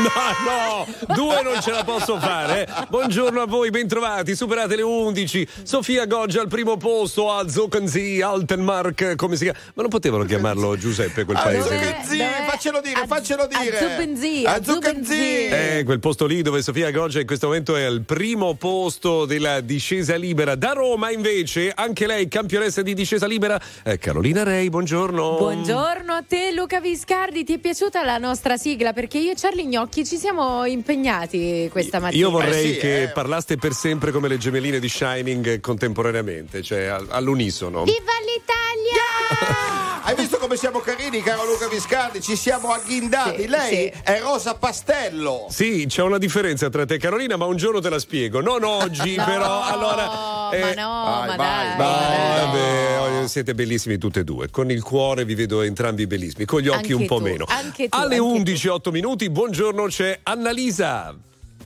No, 2 non ce la posso fare. Buongiorno a voi, bentrovati. Superate le 11. Sofia Goggia al primo posto, a Zuckenzi, Altenmark, come si chiama? Ma non potevano chiamarlo Giuseppe quel paese lì? Faccelo dire. A Zuckenzi. Quel posto lì dove Sofia Goggia in questo momento è al primo posto della discesa libera. Da Roma invece, anche lei campionessa di discesa libera, Carolina Rei, buongiorno. Buongiorno a te Luca Viscardi, ti è piaciuta la nostra sigla? Perché io e Charlie Gnocchi ci siamo impegnati questa mattina. Io vorrei che parlaste per sempre come le gemelline di Shining contemporaneamente, cioè all'unisono. Viva l'Italia! Hai visto come siamo carini, caro Luca Viscardi? Ci siamo agghindati. Sì, Lei sì. è rosa pastello. Sì, c'è una differenza tra te e Carolina, ma un giorno te la spiego. Non oggi, però. Allora, dai. vabbè, siete bellissimi tutte e due. Con il cuore vi vedo entrambi bellissimi, con gli occhi Anche un po' tu, meno. anche tu, Alle anche 11, 8 minuti, buongiorno, c'è Annalisa.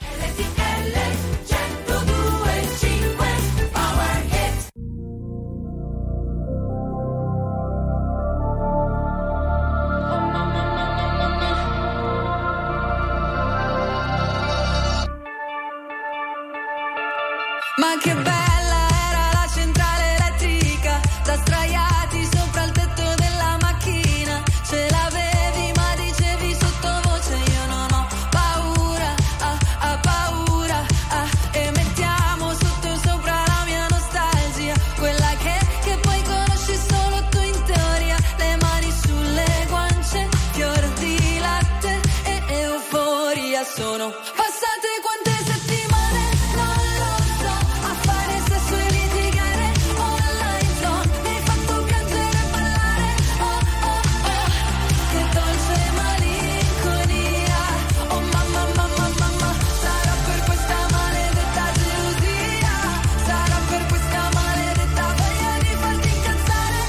Ma che bella era la centrale elettrica, da sdraiati sopra il tetto della macchina. Ce l'avevi ma dicevi sottovoce io non ho paura, paura, e mettiamo sotto sopra la mia nostalgia, quella che poi conosci solo tu in teoria. Le mani sulle guance, fior di latte e euforia sono passate quante settimane, non lo so, a fare sesso e litigare online zone, mi hai fatto piangere e ballare, che dolce malinconia, oh mamma, sarà per questa maledetta gelosia, sarà per questa maledetta voglia di farti incazzare,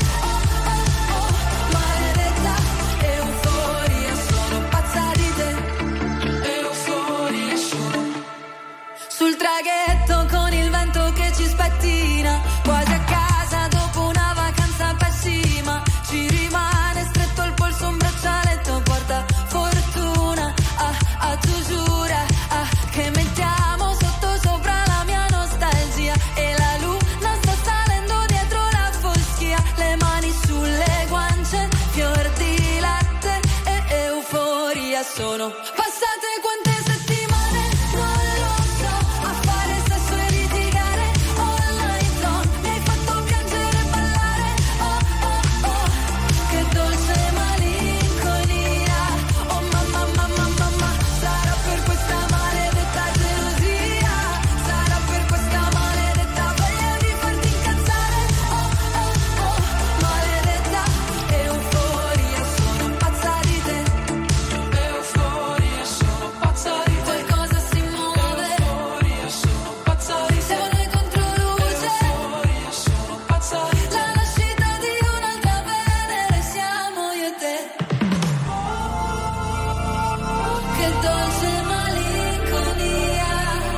maledetta euforia, sono pazza di te, euforia sono. Sul traghetto con il vento che ci spettina, quasi a casa dopo una vacanza pessima, ci rimane stretto il polso un braccialetto porta fortuna, tu giura, che mettiamo sotto sopra la mia nostalgia, e la luna sta salendo dietro la foschia, le mani sulle guance, fior di latte e euforia sono passate quante settimane, non lo so, a fare sesso e litigare online zone, mi hai fatto piangere e ballare, che dolce malinconia, oh mamma, sarà per questa maledetta gelosia, sarà per questa maledetta voglia di farti incazzare, maledetta euforia, sono pazza di te, euforia, sono pazza di te, qualcosa si muove, euforia, sono pazza di te, sole contro luce, euforia, sono pazza di te, la nascita di un'altra Venere siamo io e te, che dolce malinconia,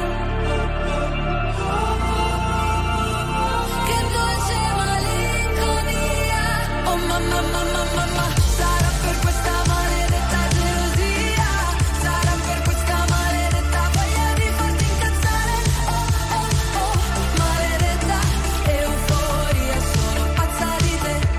che dolce malinconia, oh mamma, sarà per questa maledetta gelosia, sarà per questa maledetta voglia di farti incazzare, maledetta euforia, sono pazza di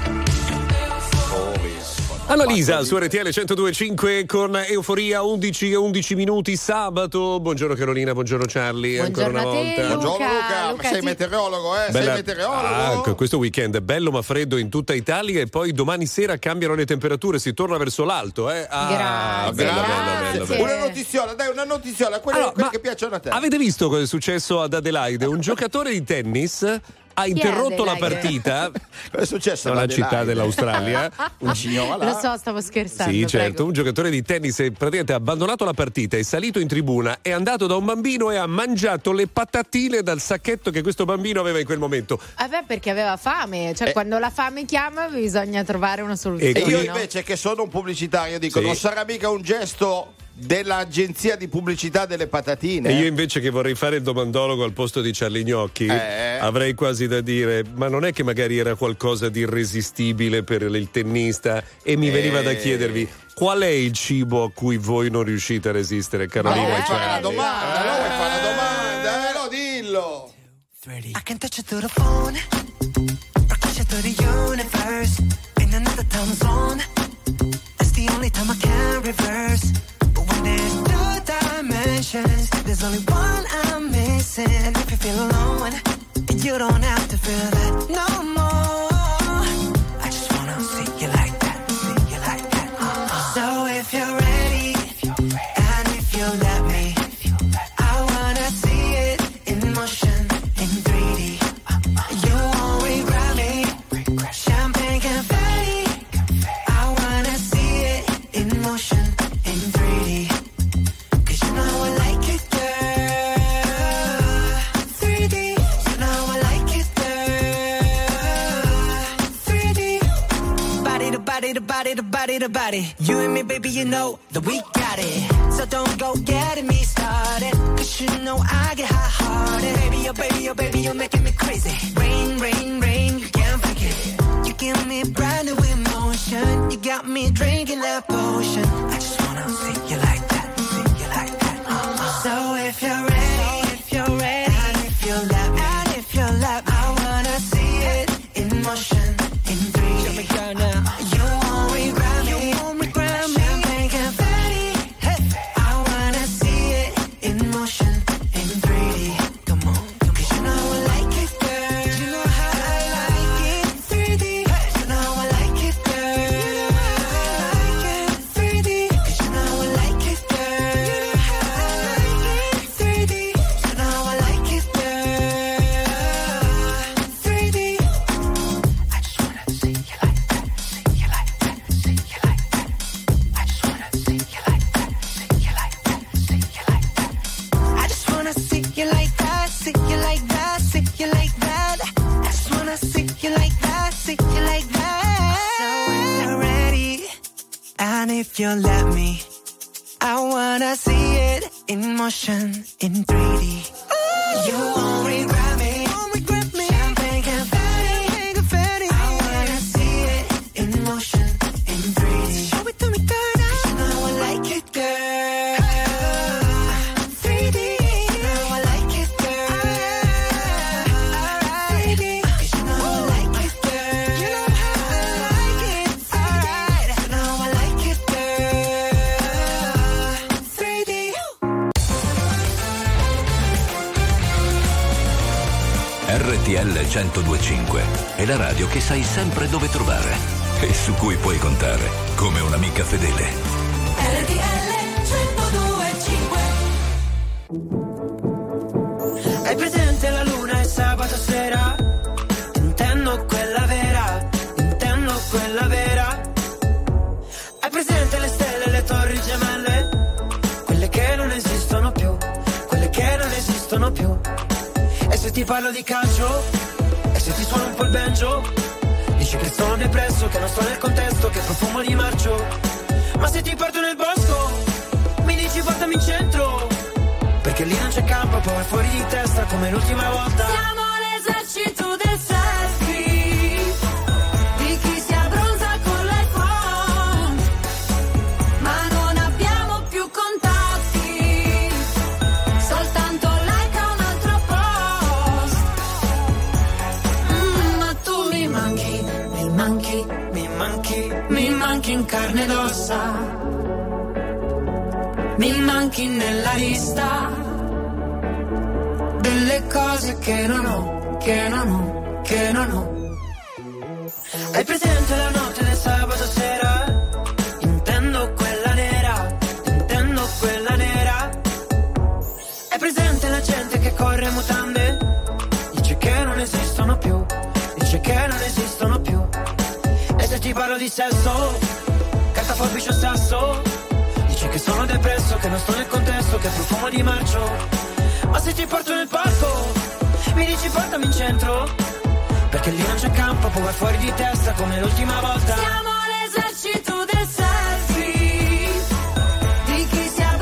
te, Annalisa su RTL 102.5 con Euforia, 11 e 11 minuti, sabato. Buongiorno Carolina, buongiorno Charlie, Buongiorno ancora una a te, volta. Buongiorno Luca, Luca, sei ti- meteorologo, Sei Bella- meteorologo? questo weekend è bello ma freddo in tutta Italia e poi domani sera cambiano le temperature, si torna verso l'alto. Grazie, Bello. Una notiziola, quelle ma che piacciono a te. Avete visto cosa è successo ad Adelaide? Un giocatore di tennis ha interrotto la Adelaide? partita. Cosa è successo? È una città dell'Australia. Un signore là. Lo so, stavo scherzando. Sì, certo, prego. un giocatore di tennis praticamente ha abbandonato la partita, è salito in tribuna, è andato da un bambino e ha mangiato le patatine dal sacchetto che questo bambino aveva in quel momento. Perché aveva fame, cioè quando la fame chiama bisogna trovare una soluzione. E io no? invece, che sono un pubblicitario, dico: Sì. non sarà mica un gesto dell'agenzia di pubblicità delle patatine. E io invece che vorrei fare il domandologo al posto di Charlie Gnocchi, avrei quasi da dire, ma non è che magari era qualcosa di irresistibile per il tennista? E mi veniva da chiedervi, qual è il cibo a cui voi non riuscite a resistere, Carolina e Charlie? Allora vuoi fare la domanda? No, dillo. I can touch you through the phone, or catch you through the universe, in another time zone. That's the only time I can reverse. But when there's two dimensions, there's only one I'm missing. And if you feel alone, you don't have to feel that no more. I just wanna see you like that, see you like that. So if you're ready, and if you let me, I wanna see it in motion. In 3D, you won't regret me. Champagne confetti, I wanna see it in motion. In 3D, 'cause you know I like it, girl. 3D, you know I like it, girl. 3D, body to body to body to body to body. You and me, baby, you know that we got it. So don't go getting me started, 'cause you know I get hot-hearted. Baby, oh baby, oh baby, you're making me crazy. Rain, rain, rain, you can't fake it. You give me brand new emotion. You got me drinking that potion. I just wanna see you like that, see you like that. So if you're ready, and if you let me, I wanna see it in motion, in 3D. Show me girl now. You won't regret me. Champagne confetti, hey. I wanna see it in motion, in 3D. Come on, 'cause you know I like it, girl. You know how I like it, 3D. You know I like it, girl. You know how I like it, 3D. 'Cause you know I like it, girl. You know how I like it, 3D. You know I like it, girl. 3D. I just wanna see you like that, see you like that, see you like that. I just wanna see you like that, see you like that, see you like that. I just wanna see you like that, see you like that, see you like that. I just wanna see you like that, see you like that. So if you're ready, and if you let me, I wanna see it in motion, in 3D. You won't regret me, Champagne confetti, I wanna see it in motion, in 3D. Show it to me, girl, now. 'Cause you know I like it, girl. 3D, you know I like it, girl. 3D, 'cause you know I like it, girl. You know how I like it, alright. You know I like it, girl. 3D. RTL 102.5 è la radio che sai sempre dove trovare e su cui puoi contare come un'amica fedele. RTL 102.5. Hai presente la luna e sabato sera? Intendo quella vera, intendo quella vera. Hai presente le stelle e le torri gemelle? Quelle che non esistono più, quelle che non esistono più. E se ti parlo di calcio? E se ti suono un po' il banjo? Dici che sono depresso, che non sto nel contesto, che profumo di marcio. Ma se ti porto nel bosco, mi dici portami in centro. Perché lì non c'è campo, poi vai fuori di testa come l'ultima volta. Siamo l'esercito del selfie, di chi si abbronza con l'iPhone, ma non abbiamo più contatti, soltanto like a un altro post. Ma tu mi manchi, mi manchi, Mi manchi, mi manchi in carne ed ossa, mi manchi nella lista delle cose che non ho, che non ho, che non ho. hai presente la notte del sabato sera? Intendo quella nera, intendo quella nera. Hai presente la gente che corre in mutande? Dice che non esistono più, dice che non esistono più. E se ti parlo di sesso, carta, forbice o sasso, dice che sono depresso, che non sto nel contesto, che profumo di marcio. Ma se ti porto nel parco, mi dici portami in centro. Perché lì non c'è campo, poi vai fuori di testa come l'ultima volta. Siamo l'esercito del selfie, di chi si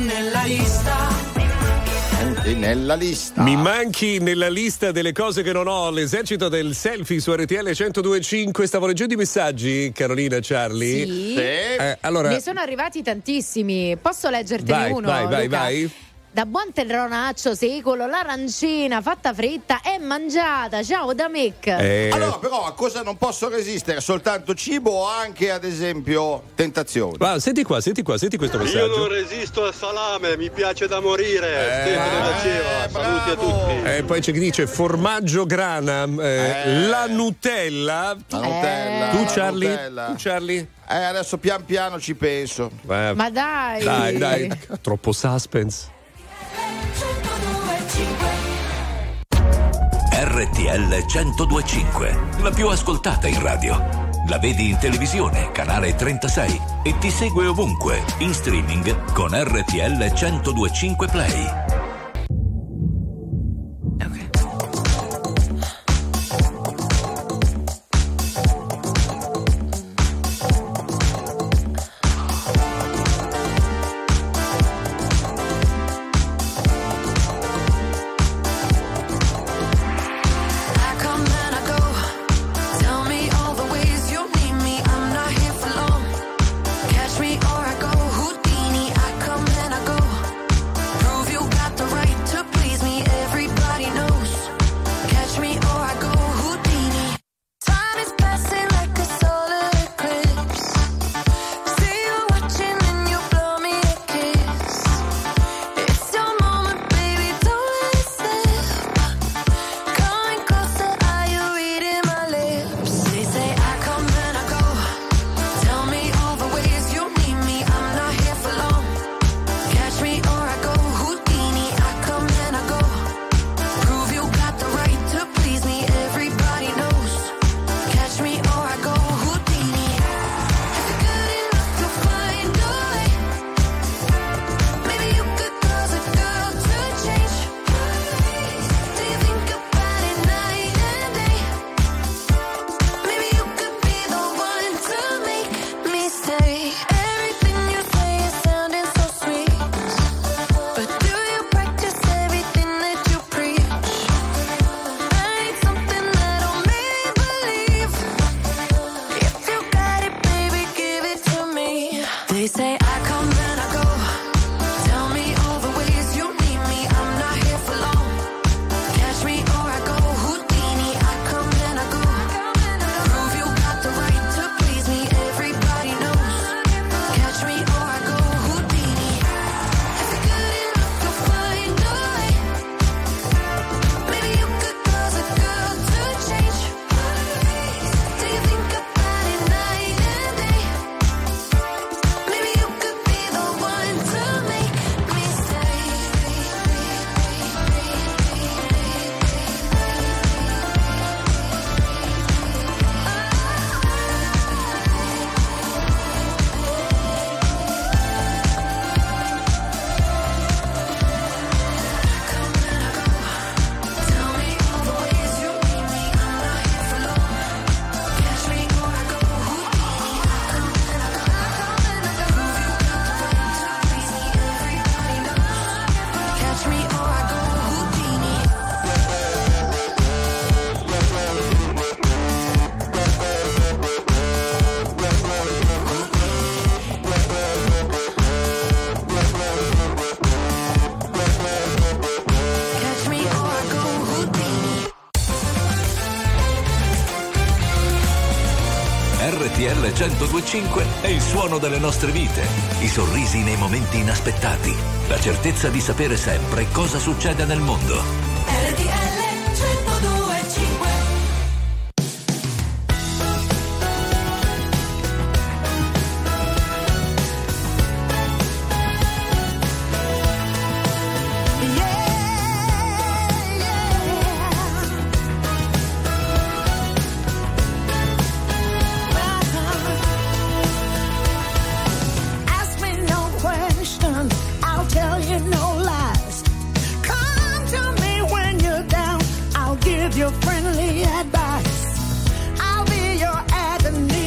nella lista. Nella lista. Mi manchi nella lista delle cose che non ho. L'esercito del selfie su RTL 102.5. Stavo leggendo i messaggi, Carolina, Charlie. Sì. Allora, ne sono arrivati tantissimi. Posso leggertene uno? Vai. Da buon terronaccio secolo, l'arancina fatta fritta è mangiata. Ciao da Mick. Allora, però, a cosa non posso resistere? Soltanto cibo o anche, ad esempio, tentazioni? Senti questo messaggio. Io non resisto al salame, mi piace da morire. Stefano faceva. Saluti a tutti. Poi c'è chi dice formaggio grana, la Nutella. La Nutella. Tu, la Charlie? Nutella. Tu, Charlie? Adesso pian piano ci penso. Ma dai. Dai, troppo suspense. RTL 102.5, la più ascoltata in radio. La vedi in televisione, canale 36 e ti segue ovunque, in streaming con RTL 102.5 Play. RTL 102.5 è il suono delle nostre vite, i sorrisi nei momenti inaspettati, la certezza di sapere sempre cosa succede nel mondo. RTL 102.5.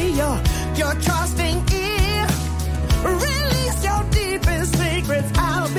Your trusting ear, release your deepest secrets. I'll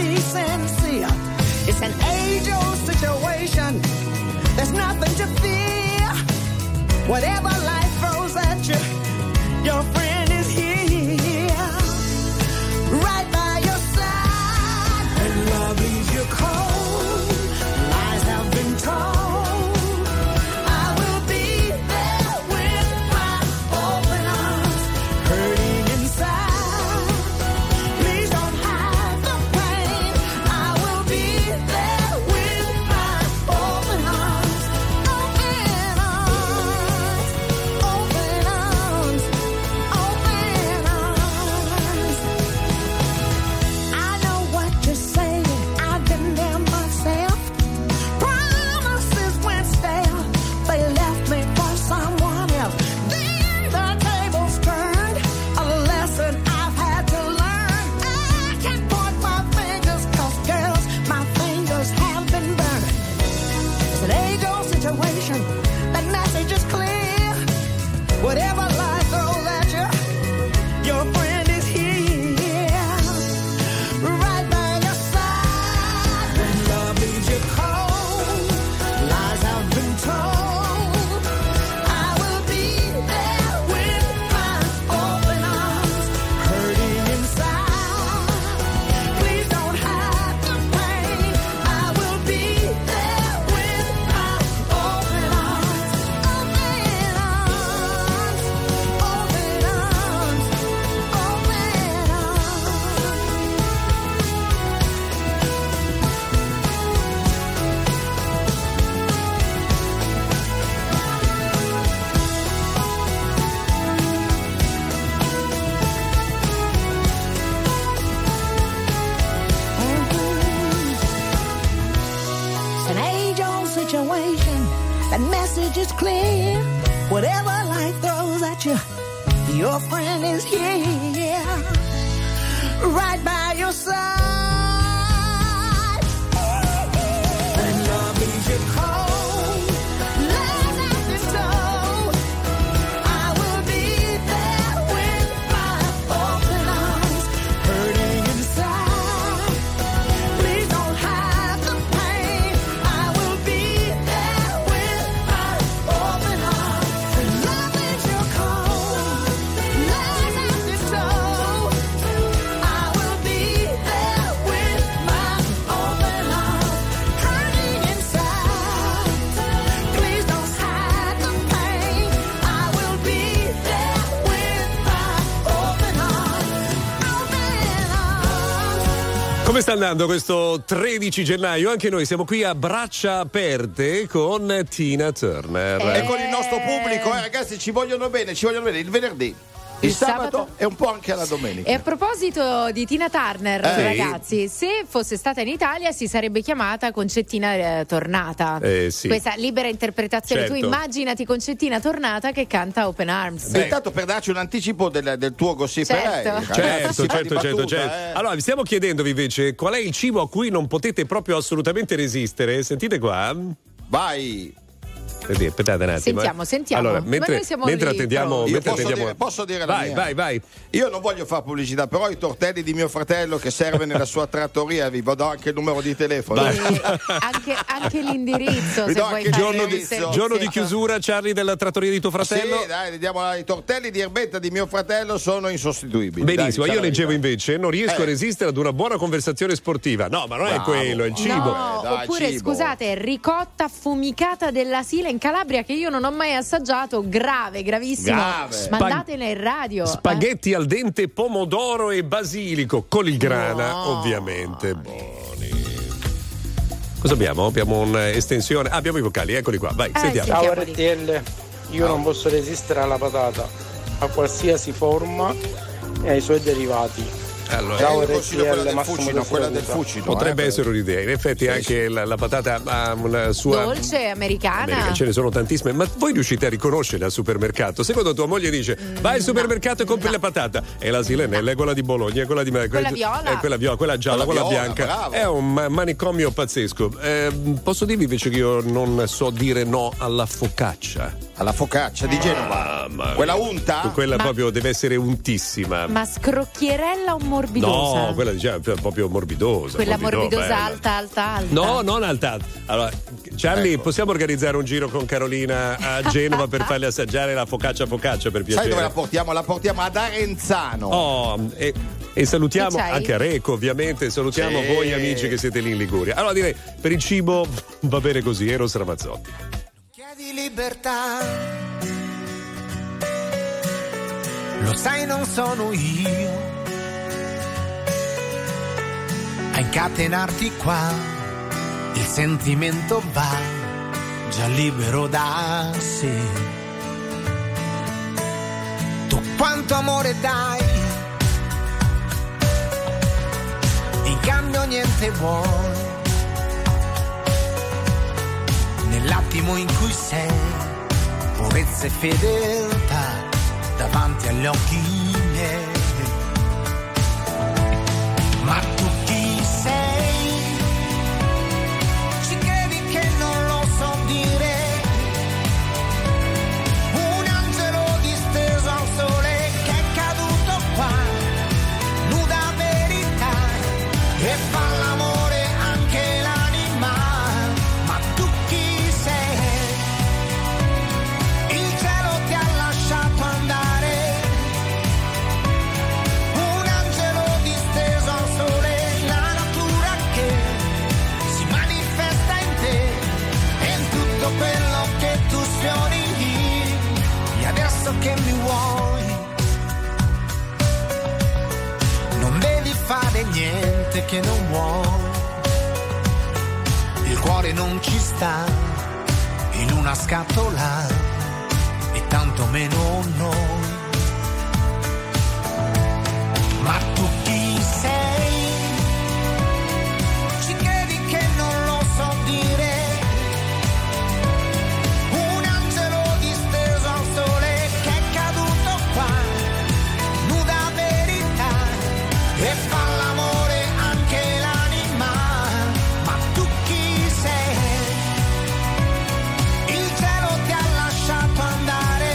Whatever life throws at you, your friend is here, right by your side. When love leaves you cold, lies have been told, I will be there with my open arms, hurting inside. Please don't hide the pain. I will be there with my open arms, open arms, open arms, open arms. I know what you're saying, I've been there myself. Promises went stale, they left me for someone else. Then the tables turned, a lesson I've had to learn. I can't point my fingers, 'cause girls, my fingers have been burned. It's an age-old situation, that message is clear. Whatever life throws at you, your friend is here, right by your side. When love leaves you cold, lies have been told, I will be there with my open arms, hurting inside. Please don't hide the pain. I will be there with my open arms, open arms, open arms, open It's an age-old situation, that message is clear. Whatever life throws at you, your friend is here, right by your side. When love leaves you cold, lies have been told, I will be there with my open arms, hurting inside. Please don't hide the pain. I will be there with my open arms. When love leaves you cold, lies have been told, I will be there with my open arms, hurting inside. Please don't hide the pain. I will be there with my open arms, open arms. Come sta andando questo 13 gennaio? Anche noi siamo qui a braccia aperte con Tina Turner. E con il nostro pubblico, ragazzi, ci vogliono bene il venerdì. Il sabato e un po' anche alla domenica. E a proposito di Tina Turner, Sì. ragazzi, se fosse stata in Italia si sarebbe chiamata Concettina Tornata. Sì. Questa libera interpretazione. Certo. Tu immaginati Concettina Tornata che canta Open Arms. E intanto per darci un anticipo del tuo gossip, Certo. Certo. Allora, vi stiamo chiedendovi invece qual è il cibo a cui non potete proprio assolutamente resistere. Sentite qua. Vai. Aspettate un attimo. Sentiamo. Allora, Ma mentre noi siamo attendiamo, lì, Posso dire la mia? Vai. Io non voglio fare pubblicità, però i tortelli di mio fratello che serve nella sua trattoria, vi do anche il numero di telefono. anche l'indirizzo. Vi Se do vuoi anche il fare indirizzo. Giorno di chiusura, Charlie, della trattoria di tuo fratello. Sì, dai, diamo i tortelli di erbetta di mio fratello sono insostituibili. Benissimo, Dai, io leggevo diciamo la invece non riesco a resistere ad una buona conversazione sportiva. No, ma non è Bravo. quello, è il cibo. No, dai, oppure cibo. scusate, ricotta affumicata della Sila in Calabria che io non ho mai assaggiato, gravissimo. Grave. Mandatela in radio. Spaghetti al dente, pomodoro e basilico con il grana, No. ovviamente. Buoni. Cosa abbiamo? Abbiamo un'estensione. Abbiamo i vocali, eccoli qua. Vai, sentiamo. sì. Ciao RTL, io non posso resistere alla patata, a qualsiasi forma e ai suoi derivati. Allora, Ciao io consiglio quella RTL, del Massimo fucino, da quella del Siracusa. fucino. potrebbe essere un'idea. In effetti, anche la patata ha una sua. Dolce, americana. Ce ne sono tantissime, ma voi riuscite a riconoscerle al supermercato? Secondo tua moglie dice vai al supermercato e compri la patata, e la Silenella è quella di Bologna, è quella di Quella viola. è quella viola, quella gialla, Quella quella viola, bianca. bravo. È un manicomio pazzesco. Posso dirvi invece che io non so dire no alla focaccia. Alla focaccia di Genova. Mamma Quella mia. unta? Quella proprio deve essere untissima. Ma scrocchierella un morbidosa. No, quella diciamo proprio morbidosa. Quella morbidosa bella. alta. No, non alta. Allora, Charlie, Ecco. possiamo organizzare un giro con Carolina a Genova per farle assaggiare la focaccia per piacere? Sai dove la portiamo? La portiamo ad Arenzano. Oh, e salutiamo Chi c'hai? anche Areco, ovviamente. Salutiamo Sì. voi amici che siete lì in Liguria. Allora direi, per il cibo va bene così, Eros Ramazzotti. Chiedi libertà, lo sai non sono io a incatenarti qua, il sentimento va già libero da sé. Tu quanto amore dai, in cambio niente vuoi. Nell'attimo in cui sei, purezza e fedeltà davanti agli occhi miei. Ma tu chi sei? Ci credi che non lo so dire? Un angelo disteso al sole che è caduto qua, nuda verità, e fa l'amore anche l'anima. Ma tu chi sei? Il cielo ti ha lasciato andare, un angelo disteso al sole, la natura che si manifesta in te e in tutto quello che tu sfiori. E adesso che mi vuoi, non devi fare niente che non vuoi. Il cuore non ci sta in una scatola e tanto meno noi. Ma tu chi sei? Ci credi che non lo so dire? Un angelo disteso al sole che è caduto qua, nuda verità, e fa l'amore anche l'anima. Ma tu chi sei? Il cielo ti ha lasciato andare,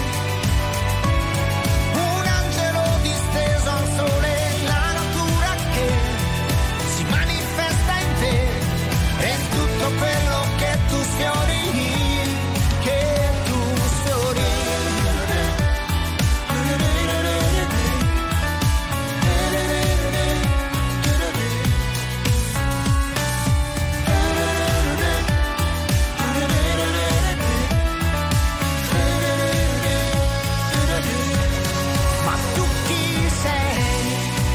un angelo disteso al sole, la natura che si manifesta in te e in tutto quello che tu sfiori, che tu sfiori. Ma tu chi sei?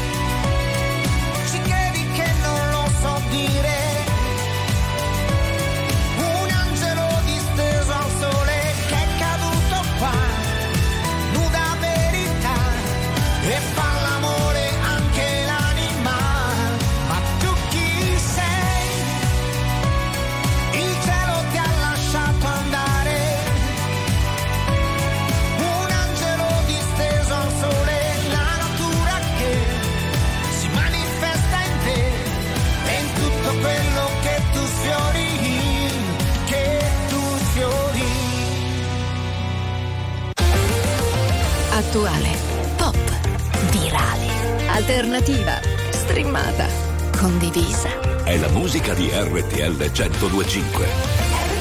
Ci credi che non lo so dire? Un angelo disteso al sole che è caduto qua, nuda verità, e fa l'amore anche l'anima. Ma tu chi sei? Il cielo ti ha lasciato andare, un angelo disteso al sole, la natura che si manifesta in te e in tutto quello che tu sfiori, che tu sfiori. Attuale, pop, virale, alternativa, streamata, condivisa. È la musica di RTL 102.5.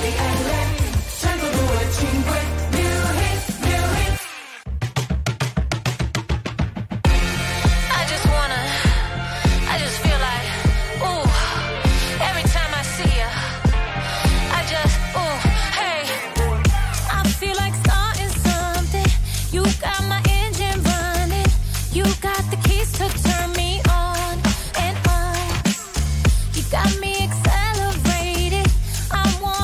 I just feel like, ooh, every time I see ya, I just, ooh, hey, I feel like starting something. You got my engine running, you got the keys to turn me on and on. You got me accelerated, I want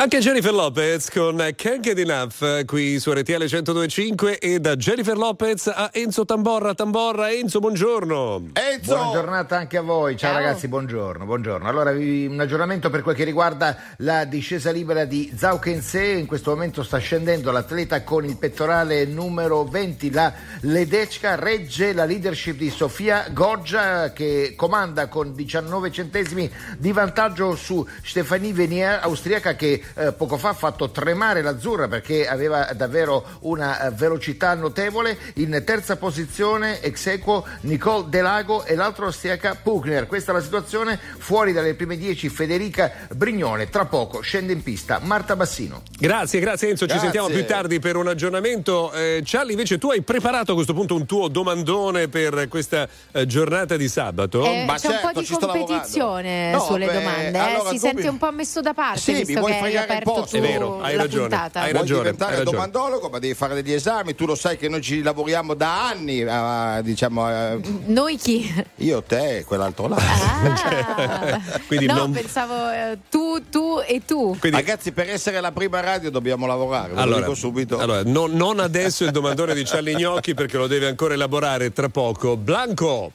Anche Jennifer Lopez con Can't Get Enough qui su RTL 102.5 e da Jennifer Lopez a Enzo Tamborra. Enzo, buongiorno. Enzo! Buona giornata anche a voi, ciao ragazzi, buongiorno. Allora un aggiornamento per quel che riguarda la discesa libera di Zhao Kense. In questo momento sta scendendo l'atleta con il pettorale numero 20, la Ledecka, regge la leadership di Sofia Goggia che comanda con 19 centesimi di vantaggio su Stephanie Venier, austriaca, che poco fa ha fatto tremare l'azzurra perché aveva davvero una velocità notevole. In terza posizione ex aequo Nicole Delago e l'altra austriaca Puchner. Questa è la situazione. Fuori dalle prime 10 Federica Brignone, tra poco scende in pista Marta Bassino. Grazie Enzo, ci sentiamo più tardi per un aggiornamento. Charlie, invece tu hai preparato a questo punto un tuo domandone per questa giornata di sabato? Ma c'è un po' di competizione sulle domande, allora, si sente un po' messo da parte, visto che hai aperto tu. È vero, hai ragione. Vuoi diventare domandologo, ma devi fare degli esami. Tu lo sai che noi ci lavoriamo da anni, Noi chi? Io, te, quell'altro là. Quindi pensavo tu e tu. Quindi, ragazzi, per essere la prima radio dobbiamo lavorare, ve lo dico subito. Allora, non adesso il domandone di Charlie Gnocchi perché lo deve ancora elaborare tra poco. Blanco.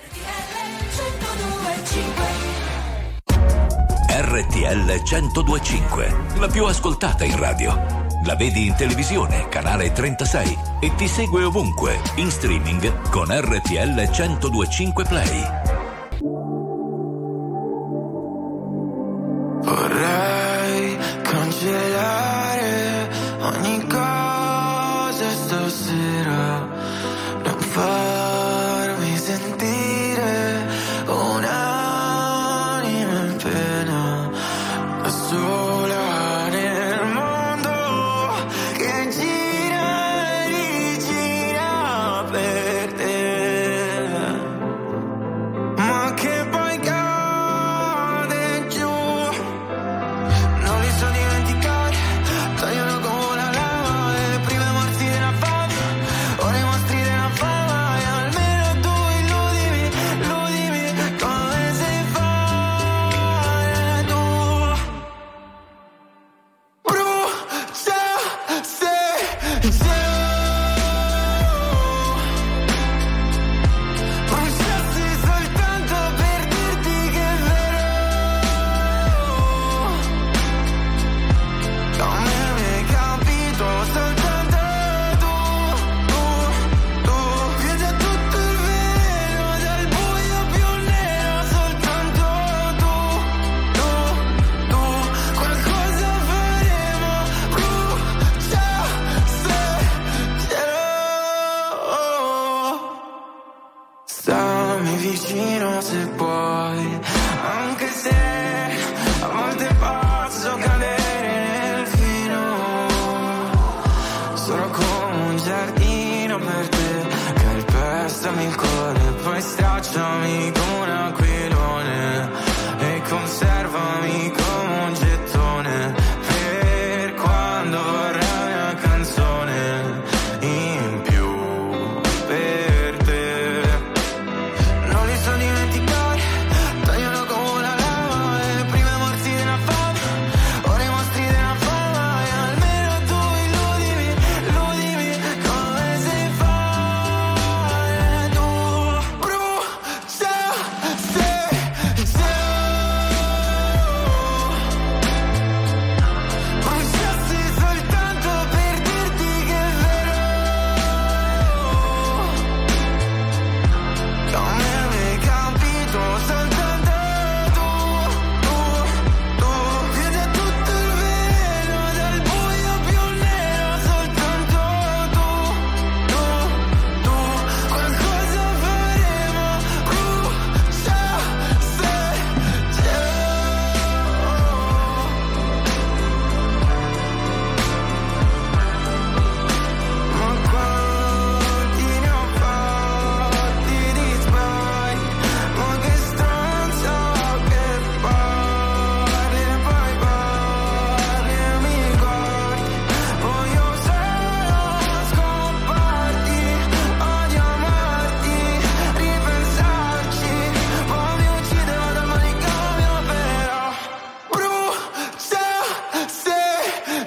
RTL 102.5, la più ascoltata in radio. La vedi in televisione, canale 36 e ti segue ovunque, in streaming con RTL 102.5 Play. Vorrei cancellare ogni cosa stasera, non farmi sentire un'anima in pena, da sola nel mondo che gira e rigira per te, ma che poi cade giù. Non li so dimenticare, tagliano come la lava, le prime morti della fama, ora i mostri della fama, e almeno tu illudimi come sai fare tu.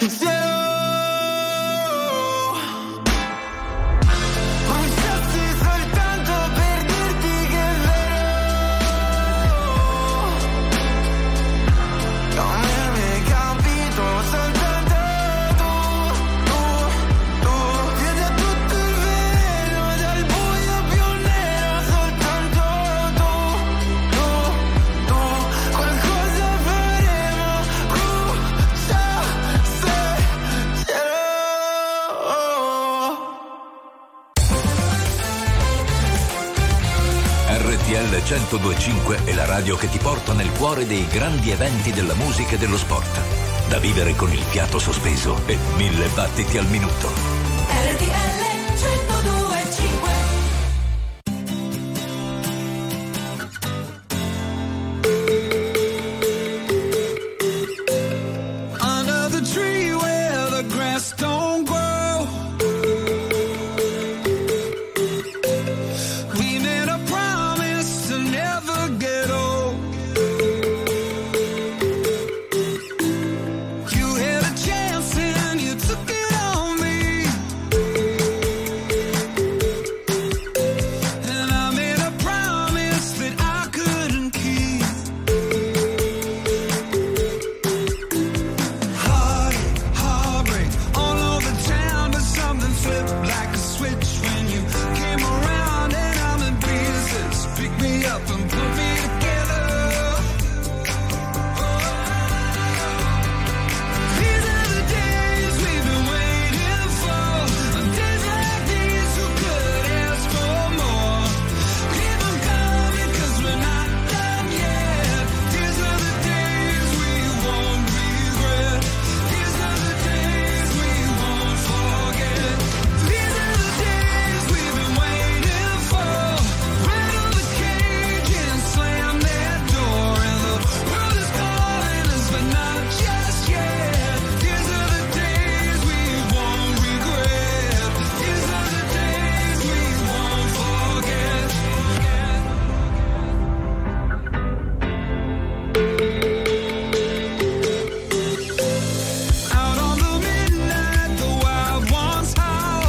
RTL 102.5 è la radio che ti porta nel cuore dei grandi eventi della musica e dello sport. Da vivere con il fiato sospeso e 1000 battiti al minuto. RTL 102.5. Under the tree where the grass don't grow, we made a promise to never get old. You had a chance and you took it on me, and I made a promise that I couldn't keep. Heartbreak all over town, but something flipped like a switch when you came around, and I'm in pieces. Pick me up and put me together. These are the days we've been waiting for. Days like these, who could ask for more? Keep them coming, 'cause we're not done yet. These are the days we won't regret. These are the days we won't forget. These are the days we've been waiting for. Rattle the cage and slam that door, and the world is calling us, but not just yet. These are the days we won't regret. These are the days we won't forget. Out on the midnight, the wild ones howl.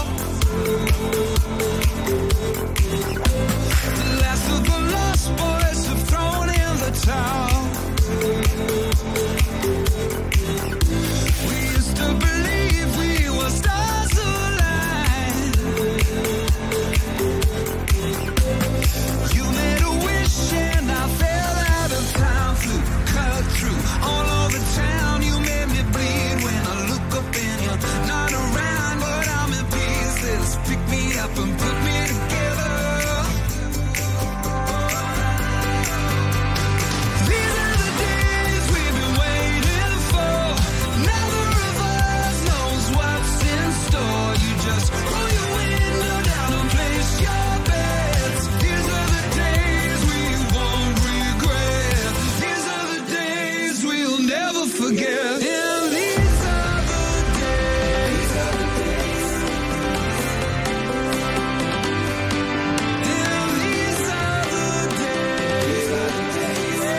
The last of the lost boys have thrown in the towel. We used to believe we were stars aligned. You made a wish and I fell out of time. Flew, cut through all over town. You made me bleed when I look up and you're not around, but I'm in pieces. Pick me up and put me together. These are the days we've been waiting for. Neither of us knows what's in store. You just roll your window down and place your bets. These are the days we won't regret. These are the days we'll never forget. And these are the days. And these are the days.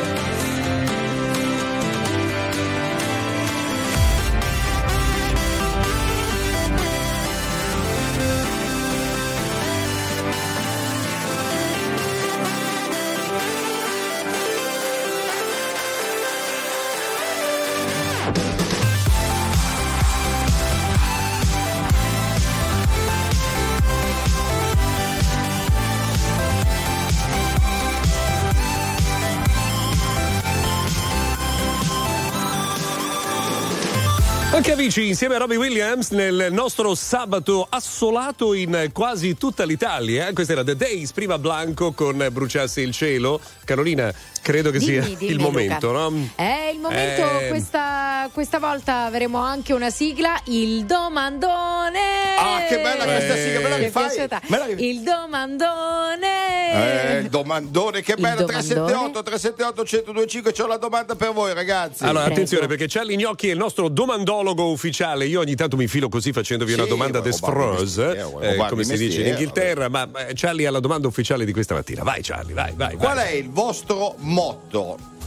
Anche amici, insieme a Robbie Williams nel nostro sabato assolato in quasi tutta l'Italia. Questa era The Days, prima Blanco con Bruciasse il cielo. Carolina, credo che sia il momento, Luca. no? È il momento, questa volta avremo anche una sigla, il domandone. Ah, che bella questa sigla, me la Ti è rifai? piaciuta? Me la rifai? Il domandone. Il domandone, che bello. 378-378-1025, c'ho la domanda per voi, ragazzi. Allora, attenzione, perché Charlie Gnocchi è il nostro domandologo ufficiale. Io ogni tanto mi filo così facendovi una domanda d'esfrose, come si dice in Inghilterra, ma Charlie ha la domanda ufficiale di questa mattina. Vai Charlie, vai. Qual è il vostro motto?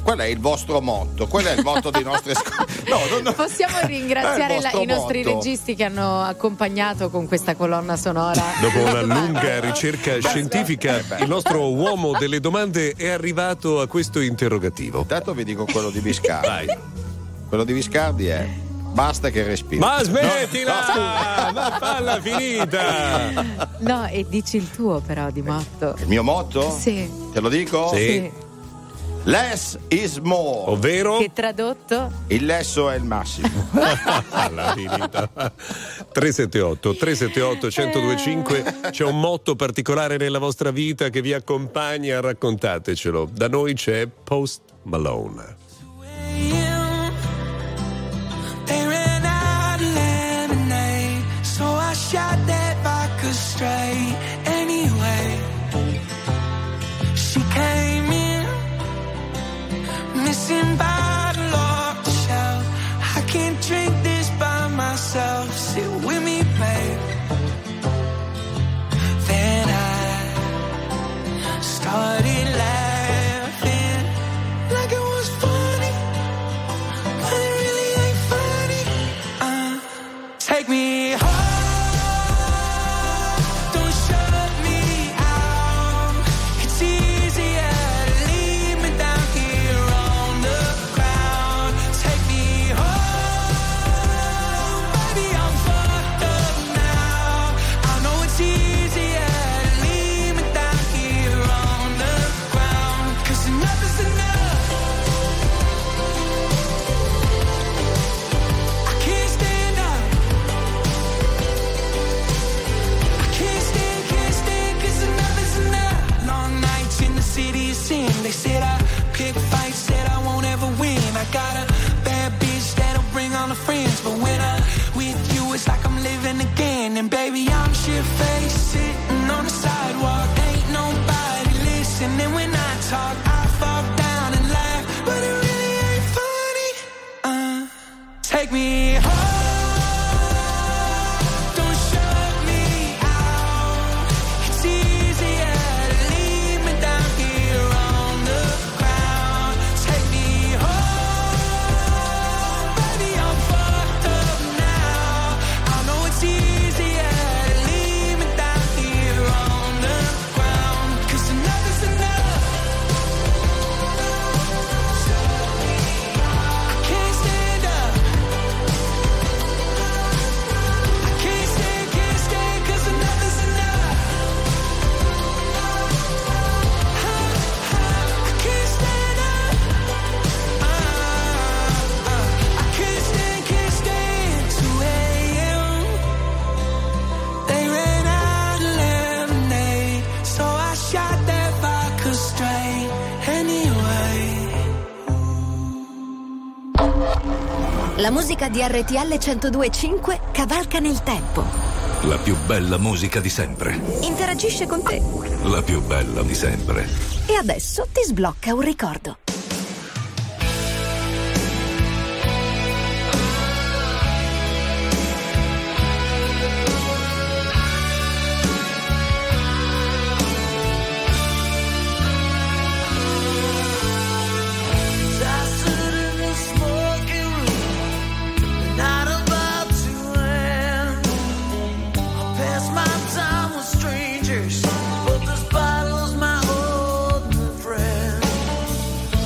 Qual è il vostro motto? Qual è il motto dei nostri no, Possiamo ringraziare i nostri motto. registi che hanno accompagnato con questa colonna sonora. Dopo una lunga ricerca scientifica, il nostro uomo delle domande è arrivato a questo interrogativo. Intanto vi dico quello di Viscardi. Vai. Quello di Viscardi è: basta che respiri. Ma smettila! Ma falla finita! No, e dici il tuo però di motto. Il mio motto? Sì. Te lo dico? Sì. Less is more. Ovvero? Che tradotto? Il lesso è il massimo. Alla finita. 378 1025. C'è un motto particolare nella vostra vita che vi accompagna? Raccontatecelo. Da noi c'è Post Malone. They ran out of lemonade, so I shot that vodka straight. Anyway, she came in, missing bottle off the shelf. I can't drink this by myself. Sit with me, babe. Then I started laughing like it was funny, but it really ain't funny. Take me home. Don't shut me out. It's easier to leave me down here on the ground. Take me home. Baby, I'm fucked up now. I know it's easier to leave me down here on the ground. 'Cause enough is enough. I can't stand up. I can't stand, 'cause enough is enough. Long nights in the city of sin. They said I pick fights that I won't ever win. I got a bad bitch that'll bring all the friends. But when I'm with you, it's like I'm living again. And baby, I'm shit-faced, sitting on the sidewalk. Ain't nobody listening when I talk. I fall down and laugh, but it really ain't funny. Take me home. Don't shut me out. It's easier to leave me down here on the ground. Take me home. Baby, I'm fucked up now. I know it's easier to leave me down here on the ground. 'Cause enough is enough. I can't stand up. I can't stand, 'cause enough is enough. I can't stand up. I can't stand 2 a.m. They ran out of lemonade, so I shot that vodka straight. Anyway. La musica di RTL 102.5 cavalca nel tempo. La più bella musica di sempre. Interagisce con te. La più bella di sempre. E adesso ti sblocca un ricordo. I stood in the smoking room, the night about to end. I passed my time with strangers, but this bottle's my old friend.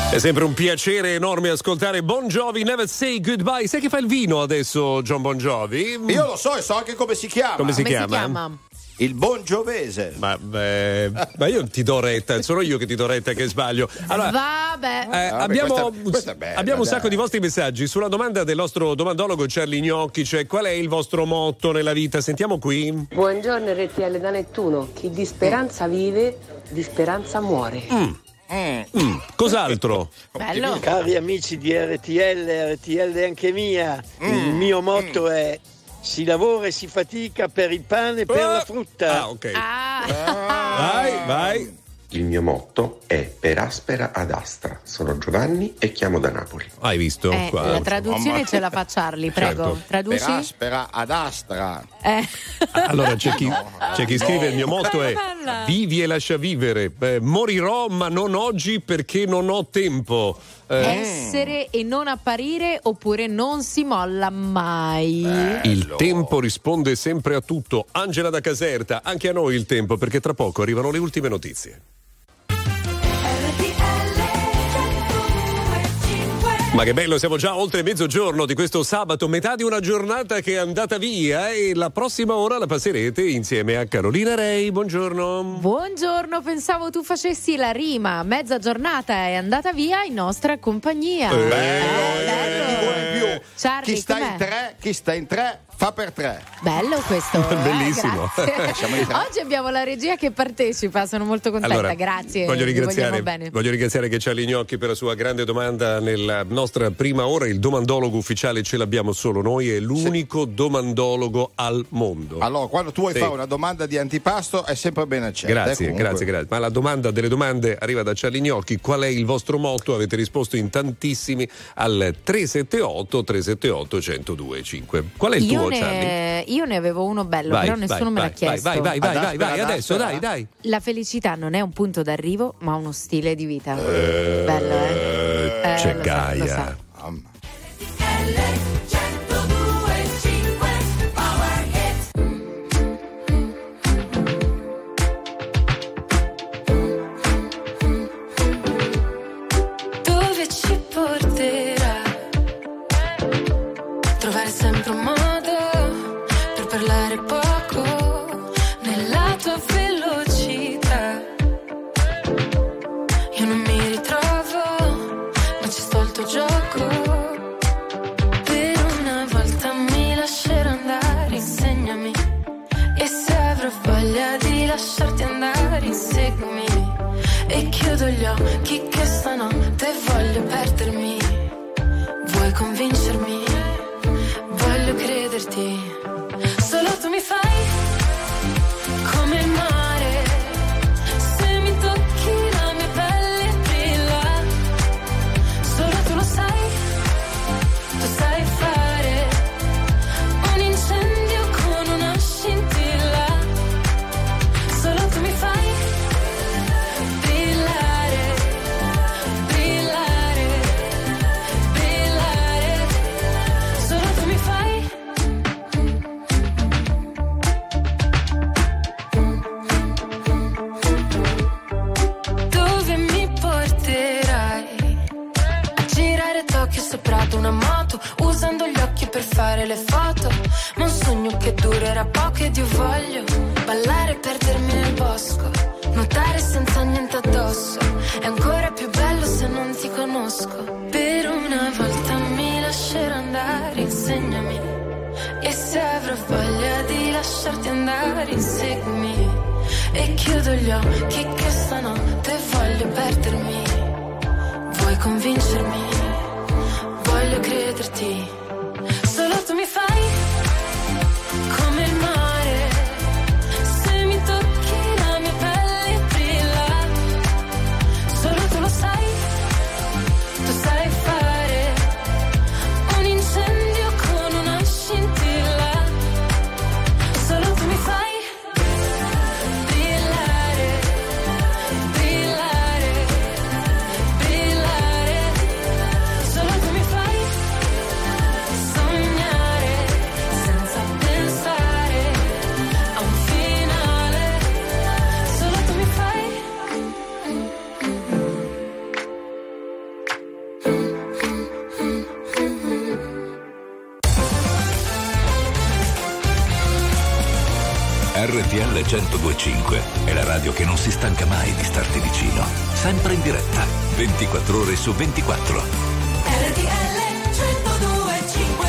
È sempre un piacere enorme ascoltare Bon Jovi, Never Say Goodbye. Sai che fa il vino adesso, John Bon Jovi? Io lo so e so anche come si chiama. Come si chiama? Il Bongiovese. Ma io ti do retta, sono io che ti do retta che sbaglio. Allora, vabbè. Abbiamo questa è bella, abbiamo un sacco di vostri messaggi sulla domanda del nostro domandologo Charlie Gnocchi, cioè qual è il vostro motto nella vita? Sentiamo qui. Buongiorno RTL da Nettuno. Chi di speranza vive, di speranza muore. Cos'altro? Bello. Cari amici di RTL è anche mia. Il mio motto è: si lavora e si fatica per il pane e per la frutta. Ah, ok. Vai. Il mio motto è per aspera ad astra. Sono Giovanni e chiamo da Napoli. Hai visto? Qua. La traduzione ce la fa Charlie, prego. Certo. Traduci? Per aspera ad astra. Allora c'è chi scrive: il mio motto è vivi e lascia vivere. Morirò ma non oggi perché non ho tempo. Essere e non apparire, oppure non si molla mai. Il tempo risponde sempre a tutto. Angela da Caserta, anche a noi il tempo, perché tra poco arrivano le ultime notizie. Ma che bello, siamo già oltre mezzogiorno di questo sabato, metà di una giornata che è andata via, e la prossima ora la passerete insieme a Carolina Rei. Buongiorno. Buongiorno, pensavo tu facessi la rima. Mezza giornata è andata via in nostra compagnia. Bello. Charlie, chi sta in tre fa per tre. Bello questo. Bellissimo. Oggi abbiamo la regia che partecipa, sono molto contenta. Allora, grazie. Voglio ringraziare che Charlie Gnocchi per la sua grande domanda nella nostra prima ora. Il domandologo ufficiale ce l'abbiamo solo noi, è l'unico domandologo al mondo. Allora, quando tu vuoi fare una domanda di antipasto è sempre ben accetta. Grazie. Ma la domanda delle domande arriva da Charlie Gnocchi. Qual è il vostro motto? Avete risposto in tantissimi al 378 1025. Qual è il tuo, Charlie? Io ne avevo uno bello, però nessuno me l'ha chiesto. Vai, adesso, dai. La felicità non è un punto d'arrivo, ma uno stile di vita. Bello, c'è lo Gaia. sa. Dove ci porterà? Trovare sempre un modo per parlare poco nella tua velocità. Io non mi ritrovo, ma ci sto al tuo gioco. Per una volta mi lascerò andare, insegnami. E se avrò voglia di lasciarti andare, inseguimi. E chiudo gli occhi che stanotte voglio perdermi. Vuoi convincermi? Voglio crederti. Solo tu mi fai come il mare. Se mi tocchi la mia pelle brilla. Solo tu lo sai. Tu sai fare un incendio con una scintilla. Solo tu mi fai brillare, brillare, brillare. Solo tu mi fai. Dove mi porterai? A girare Tokyo sopra ad una moto, usando gli occhi per fare le foto. Ma un sogno che durerà poco ed io voglio ballare e perdermi nel bosco, nuotare senza niente addosso. È ancora più bello se non ti conosco. Per una volta mi lascerò andare, insegnami. E se avrò voglia di lasciarti andare, inseguimi. E chiudo gli occhi che stanotte voglio perdermi. Vuoi convincermi? Voglio crederti. Solo tu mi fai come il mare. Se mi tocchi la mia pelle brilla. Solo tu lo sai. Tu sai fare un incendio con una scintilla. Solo tu mi fai brillare, brillare, brillare. Solo tu mi fai RTL 102.5 è la radio che non si stanca mai di starti vicino. Sempre in diretta, 24 ore su 24. RTL 102.5.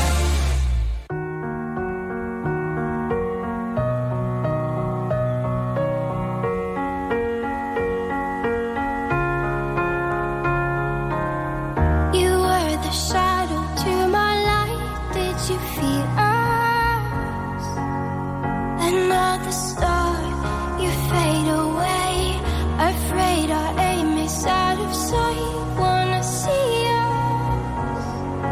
You were the shadow to my light. Did you feel us? Another star, you fade away. Afraid our aim is out of sight. Wanna see us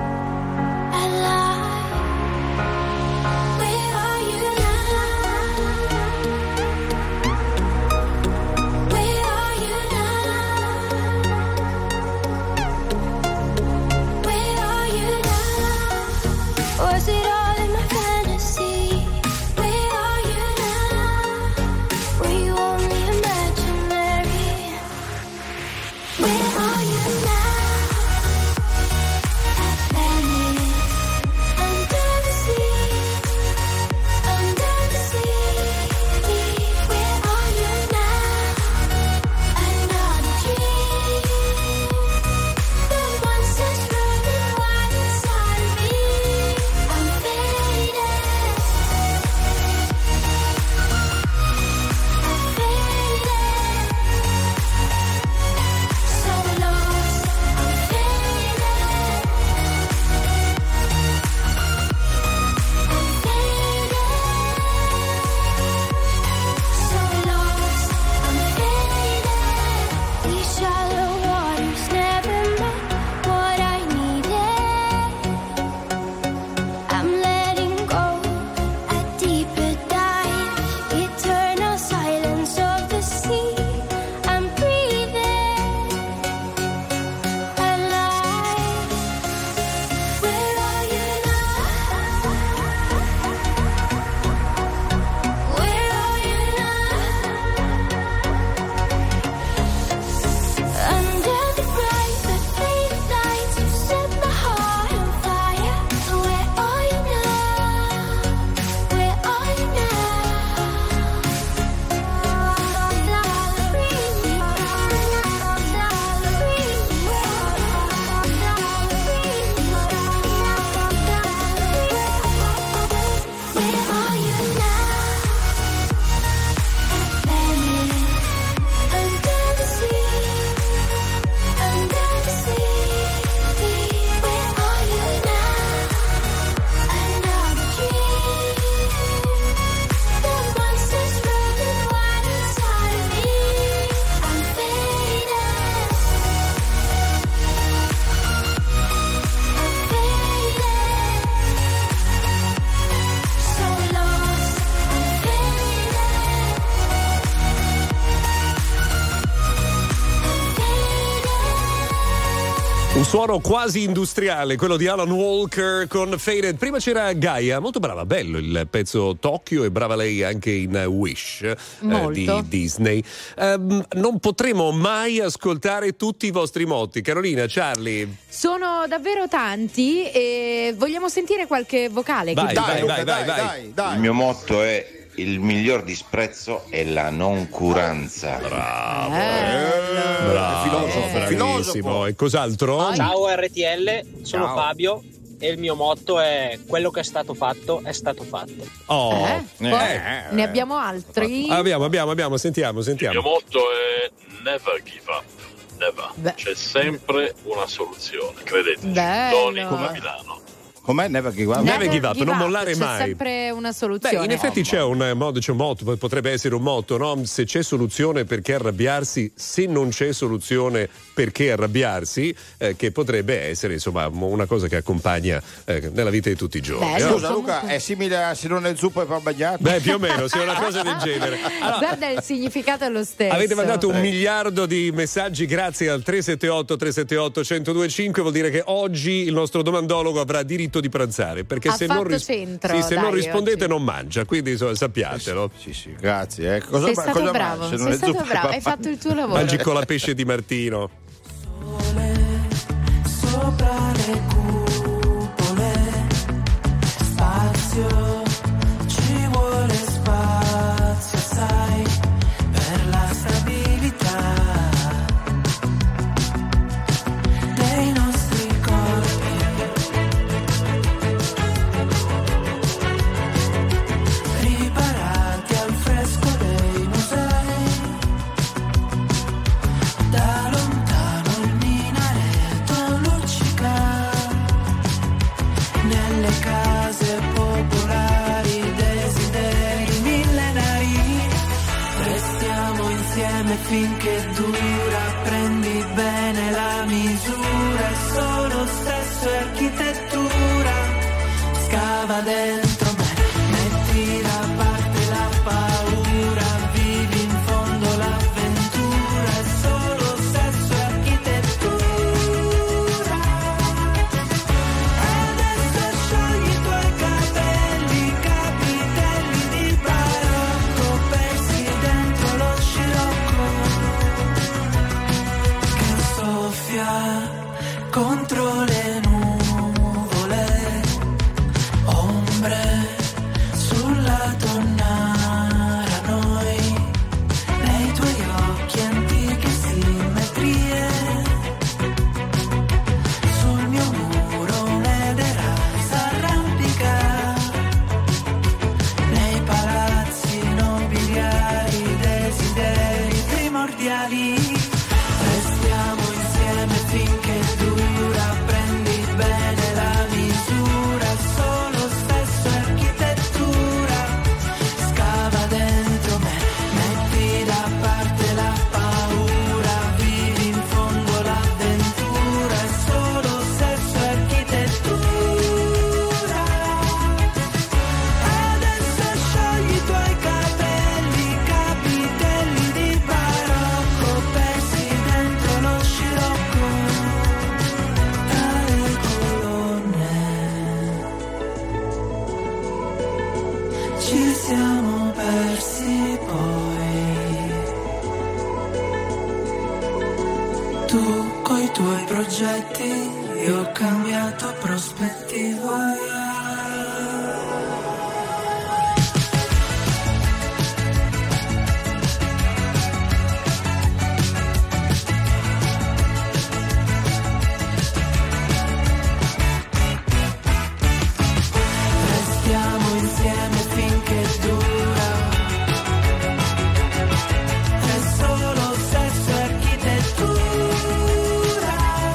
alive. Where are you now? Where are you now? Where are you now? Was it all in my fantasy? Where are you now? Were you only imaginary? Where are you now? At Venice, under the sea, under the sea. Where are you now? Another dream. The monsters running wild inside of me. I'm faded. I'm faded. So lost. I'm faded. I'm faded. So lost. I'm faded. These shallow waters never met what I needed. I'm letting go a deeper dive. Eternal silence of the sea. I'm breathing alive. Where are you now? Where are you now? Under the bright but faded lights, you set my heart on fire. Where are you now? Where are you Where are you now? At Venice, under the sea, under the sea. Where are you now? Another dream. The monsters running wild inside of me. I'm faded. I'm faded. So lost. I'm faded. Un suono quasi industriale, quello di Alan Walker con Faded. Prima c'era Gaia, molto brava, bello il pezzo Tokyo, e brava lei anche in Wish di Disney. Non potremo mai ascoltare tutti i vostri motti. Carolina, Charlie. Sono davvero tanti e vogliamo sentire qualche vocale. Vai, che vai. Il mio motto è: il miglior disprezzo è la noncuranza. Bravo, bravissimo. E cos'altro? Ciao RTL, sono Ciao. Fabio e il mio motto è: quello che è stato fatto è stato fatto. Oh. Ne abbiamo altri? Abbiamo, sentiamo. Il mio motto è never give up, never. C'è sempre una soluzione, credeteci. Bello. Tony come Milano. Com'è? Never give up. Never give up, non mollare c'è mai. sempre una soluzione. Beh, in effetti c'è un motto, potrebbe essere un motto, no? Se c'è soluzione perché arrabbiarsi, se non c'è soluzione perché arrabbiarsi, che potrebbe essere insomma una cosa che accompagna nella vita di tutti i giorni. Beh, no? scusa Luca, è simile a se non è zuppo e pan bagnato? Beh, più o meno, sì, una cosa del genere. Allora, guarda, il significato è lo stesso. avete mandato 1 miliardo di messaggi grazie al 378-378-1025, vuol dire che oggi il nostro domandologo avrà diritto di pranzare, perché Ha se non, fatto centro, se dai, non rispondete oggi. non mangia, quindi insomma, sappiatelo. Sì, grazie. Sei stato bravo, hai fatto il tuo lavoro. Mangi con la pesce di Martino. Sopra le cupole, spazio, ci vuole spazio. insieme finché dura, prendi bene la misura, è solo sesso e architettura, scava dentro me, metti da parte la paura, vivi in fondo l'avventura, è solo sesso e architettura. Adesso sciogli i tuoi capelli, capitelli di barocco, persi dentro lo scirocco che soffia contro le nuvole, ombre sulla tonnara, noi nei tuoi occhi antiche simmetrie, sul mio muro un'edera s'arrampica, nei palazzi nobiliari, desideri primordiali, restiamo insieme finché dura, prendi bene la misura, solo stesso architettura, scava dentro me, metti da parte la paura, vivi in fondo l'avventura, è solo sesso architettura. Adesso sciogli i tuoi capelli, capitelli di barocco, persi dentro lo scirocco tra le colonne. Ci siamo persi poi, tu coi tuoi progetti, io ho cambiato prospettiva. Restiamo insieme finché dura, è solo sesso e architettura.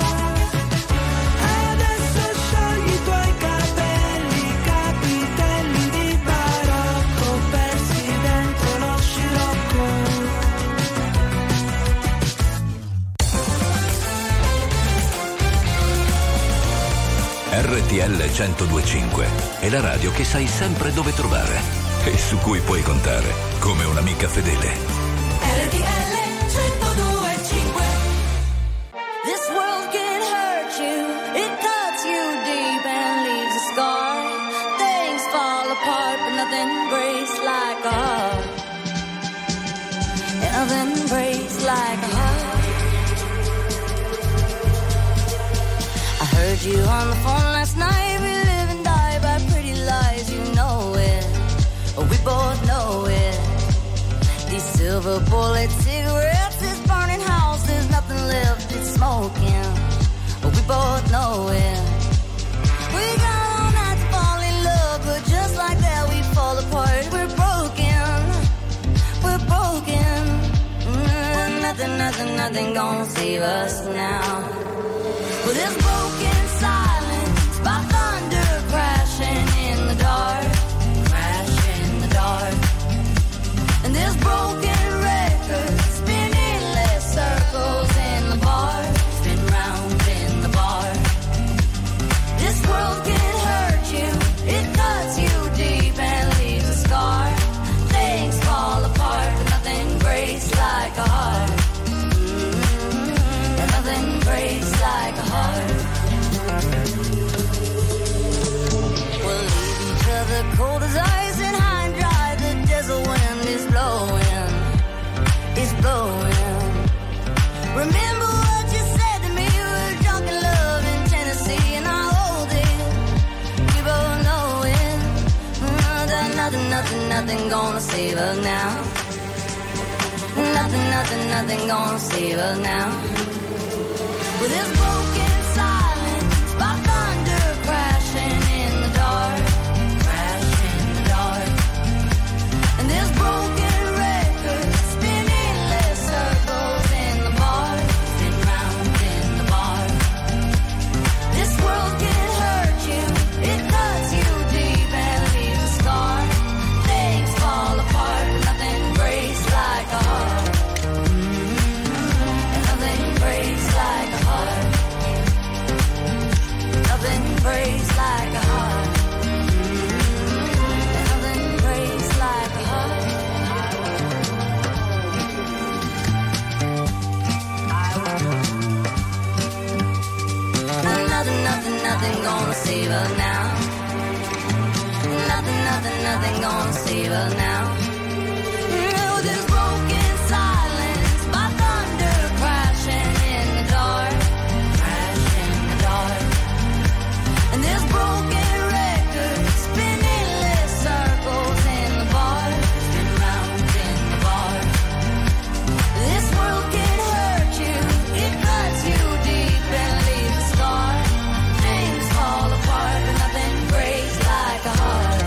Adesso sciogli i tuoi capelli, capitelli di barocco, persi dentro lo scirocco. RTL 1025 è la radio che sai sempre dove trovare e su cui puoi contare come un'amica fedele. RTL 1025. This world can hurt you, it cuts you deep and leaves a scar. Things fall apart, but nothing breaks like a heart. And nothing breaks like a heart. I heard you on the phone last night. We live and die by pretty lies, you know it. We both know it. These silver bullet cigarettes, this burning house, there's nothing left, it's smoking. We both know it. We got all night to fall in love, but just like that we fall apart. We're broken, we're broken. Nothing gonna save us now. Well, there's broken silence by thunder crashing in the dark, crashing in the dark. And there's broken records spinning less circles in the bar, spin round in the bar. This world can hurt you, it cuts you deep and leaves a scar. Things fall apart, but nothing breaks like a heart. And nothing breaks like a heart. We'll leave each other cold as ice and high and dry. The desert wind is blowing, it's blowing. Remember what you said to me, we were drunk in love in Tennessee, and I hold it, we both know it. Nothing gonna save us now. Nothing gonna save us now. With this broken silence by thunder crashing in the dark, crashing in the dark. And this broken record spinning less circles in the bar, spin round in the bar. This world can hurt you, it cuts you deep and leaves a scar. Things fall apart, but nothing breaks like a heart. nothing gonna save us now. Oh, this broken silence, my thunder crashing in the dark, crashing in the dark. And this broken record spinning lit circles in the bar, spin round in the bar. This world can hurt you, it cuts you deep and leaves a scar. Things fall apart, but nothing breaks like a heart.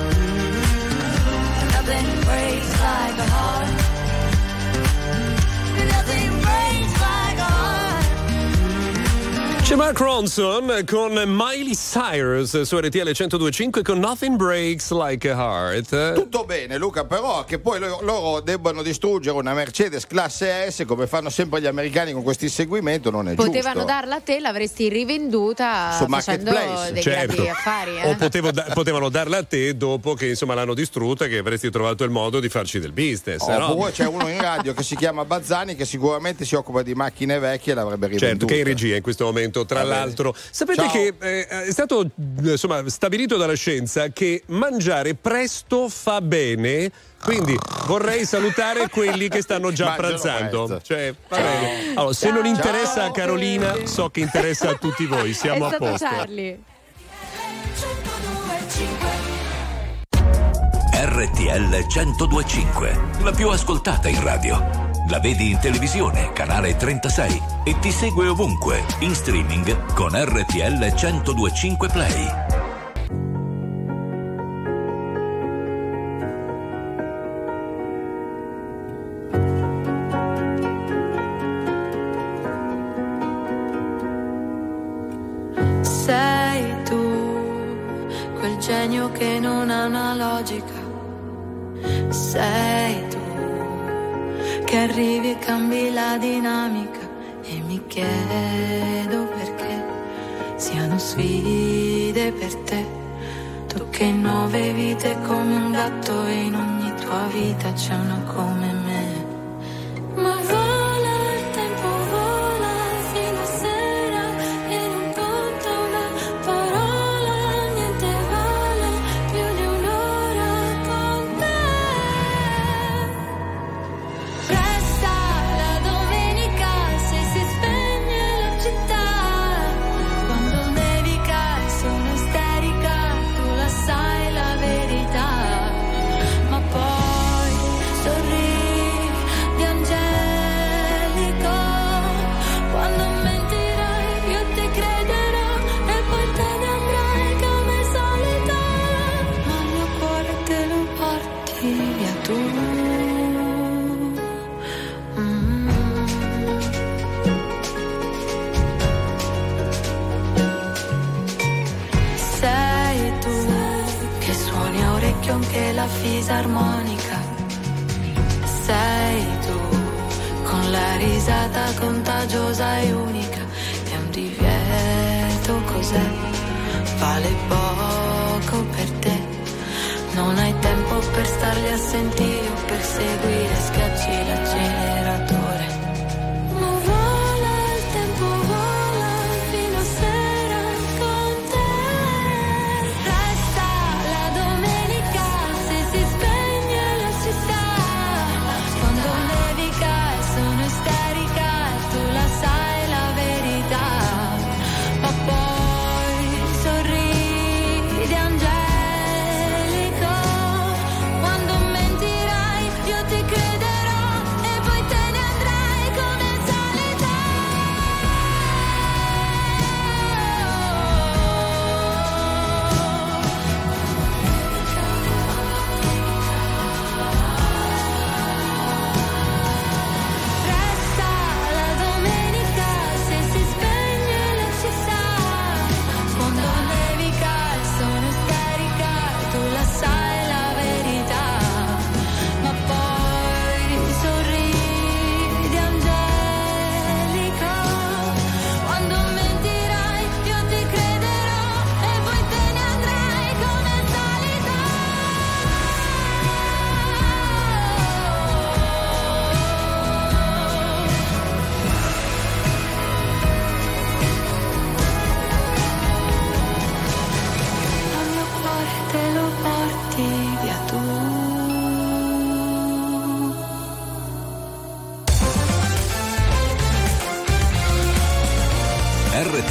Nothing breaks like a heart. Nothing breaks like a heart. C'è Mark Ronson con Miley Cyrus su RTL 102.5 con Nothing Breaks Like a Heart. Tutto bene, Luca, però che poi loro debbano distruggere una Mercedes classe S come fanno sempre gli americani con questo inseguimento non è Potevano giusto. darla a te, l'avresti rivenduta Su facendo Marketplace. dei Certo. grandi affari. O potevano darla a te dopo che insomma l'hanno distrutta, che avresti trovato il modo di farci del business. no? Oppure c'è uno in radio che si chiama Bazzani che sicuramente si occupa di macchine vecchie e l'avrebbe rivenduta. Certo, che è in regia in questo momento, tra Va bene. l'altro. Sapete Ciao. che è stato insomma stabilito dalla scienza che mangiare presto fa bene. Quindi vorrei salutare quelli che stanno già Mangiano pranzando. presto. Cioè, va bene. Allora, se non interessa a Carolina, so che interessa a tutti voi. Siamo È a stato posto. Charlie. RTL 102.5, la più ascoltata in radio. La vedi in televisione, canale 36 e ti segue ovunque, in streaming con RTL 102.5 Play. Sei tu, quel genio che non ha una logica. Sei tu, che arrivi e cambi la dinamica. E mi chiedo perché siano sfide per te. Tu che in 9 vite come un gatto e in ogni tua vita c'è una come me. Ma vola il tempo, vola fino a sera e non conta una parola, niente vale più di un'ora con te. Resta la domenica se si spegne la città, quando nevica sono isterica, tu la sai la verità, ma poi sorridi angelico, quando mentirai io ti crederò e poi te ne andrai come solita, ma il mio cuore te lo porti via tu. Sei tu che suoni a orecchio anche la fisarmonica. Sei tu con la risata contagiosa e unica. È un divieto, cos'è? Vale poco per te. Non hai tempo per starli a sentire o per seguire, schiacci l'acceleratore. Ma vola il tempo, vola fino a sera con te. Resta la domenica se si spegne la città, quando nevica e sono isterica e tu la sai la verità, ma poi sorridi angelico, quando mentirai io ti crederò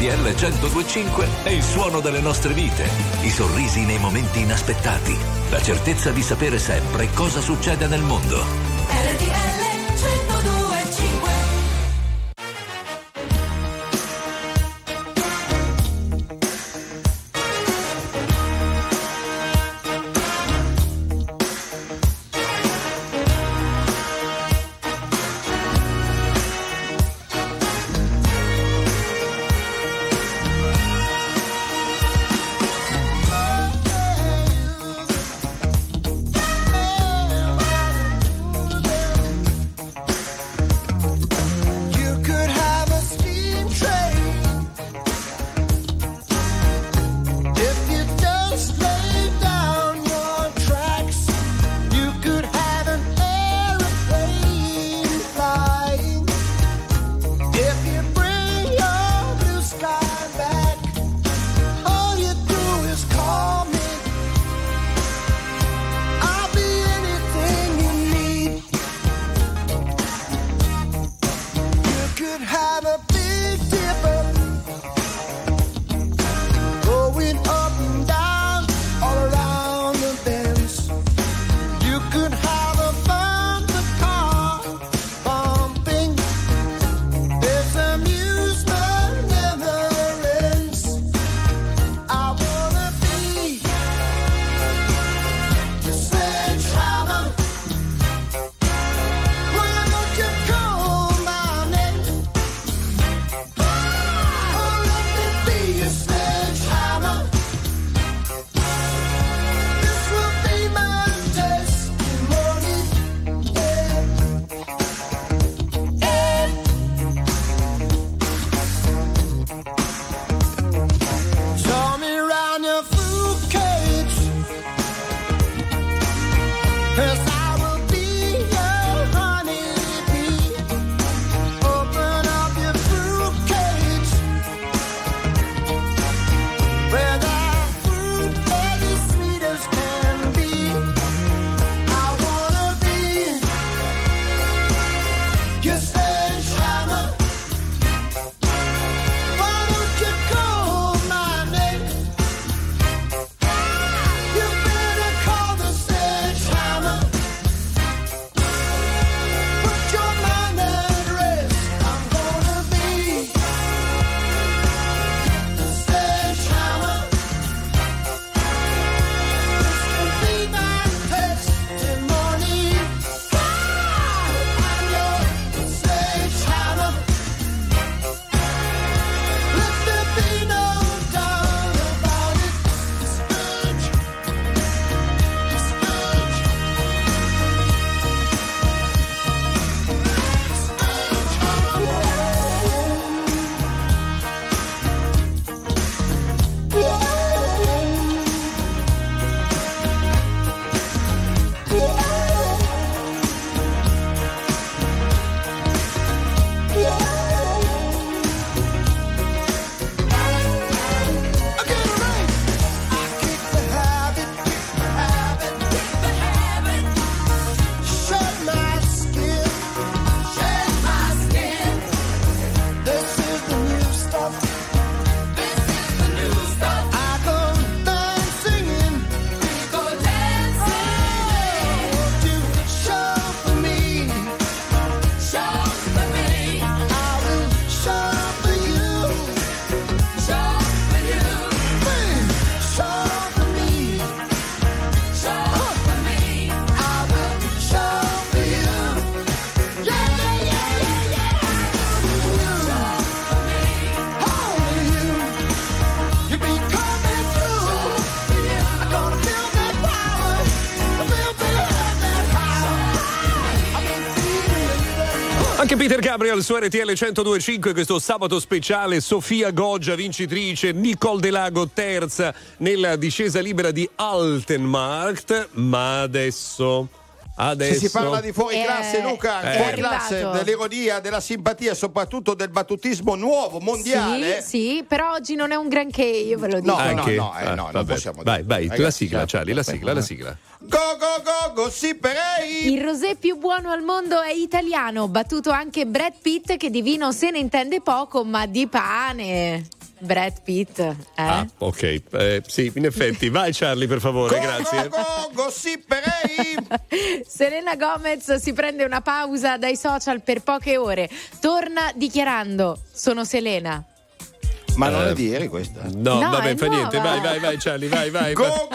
RTL 102.5 è il suono delle nostre vite, i sorrisi nei momenti inaspettati, la certezza di sapere sempre cosa succede nel mondo. RTL 102.5. Anche Peter Gabriel su RTL 102.5 questo sabato speciale. Sofia Goggia vincitrice, Nicole Delago terza nella discesa libera di Altenmarkt. Ma adesso se si parla di fuori classe, Luca, fuori classe dell'ironia, della simpatia e soprattutto del battutismo nuovo mondiale. Sì, però oggi non è un granché, io ve lo dico. No, non possiamo dire. Vai, la sigla, Charlie, la sigla. Go, sì per lei! Il rosé più buono al mondo è italiano, battuto anche Brad Pitt che di vino se ne intende poco, ma di pane. Brad Pitt. Ah, ok. Sì, in effetti. Vai Charlie, per favore, grazie. Selena Gomez si prende una pausa dai social per poche ore. Torna dichiarando: sono Selena. Ma non è di ieri questa? No, vabbè, fa niente. Vai Charlie, vai. Go,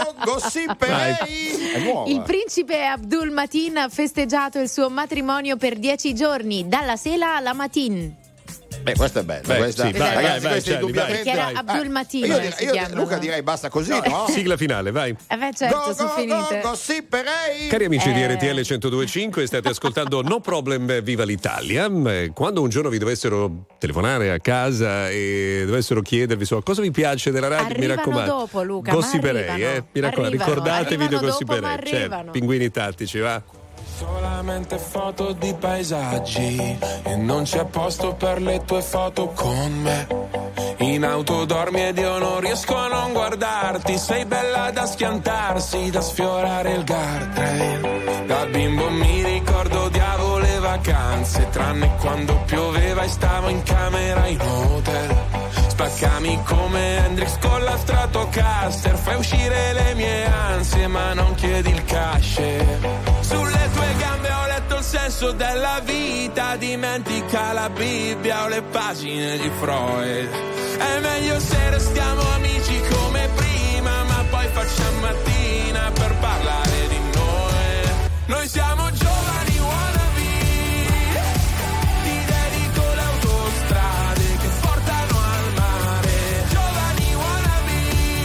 gossiperei! È nuova. Il principe Abdul Mateen ha festeggiato il suo matrimonio per 10 giorni, dalla sera alla matin. Beh, questa è bella. Questa, sì, vai, questa Charlie, perché era Abdul Mateen. Io Luca direi basta così, no? Sigla finale, vai. Certo, sono finite. Gossiperei! Cari amici di RTL 102.5, state ascoltando No Problem, Viva l'Italia. Quando un giorno vi dovessero telefonare a casa e dovessero chiedervi cosa vi piace della radio, arrivano mi raccomando. Dopo, Luca, Gossiperei, mi raccomando, ricordatevi di Gossiperei. Certo, pinguini tattici, va. Solamente foto di paesaggi e non c'è posto per le tue foto con me. In auto dormi ed io non riesco a non guardarti. Sei bella da schiantarsi, da sfiorare il guardrail. Da bimbo mi ricordo odiavo le vacanze, tranne quando pioveva e stavo in camera in hotel. Spaccami come Hendrix con la Stratocaster, fai uscire le mie ansie ma non chiedi il cash. Sulle tue gambe ho letto il senso della vita, dimentica la Bibbia o le pagine di Freud. È meglio se restiamo amici come prima, ma poi facciamo mattina per parlare di noi. Noi siamo giovani wannabe, ti dedico le autostrade che portano al mare. Giovani wannabe,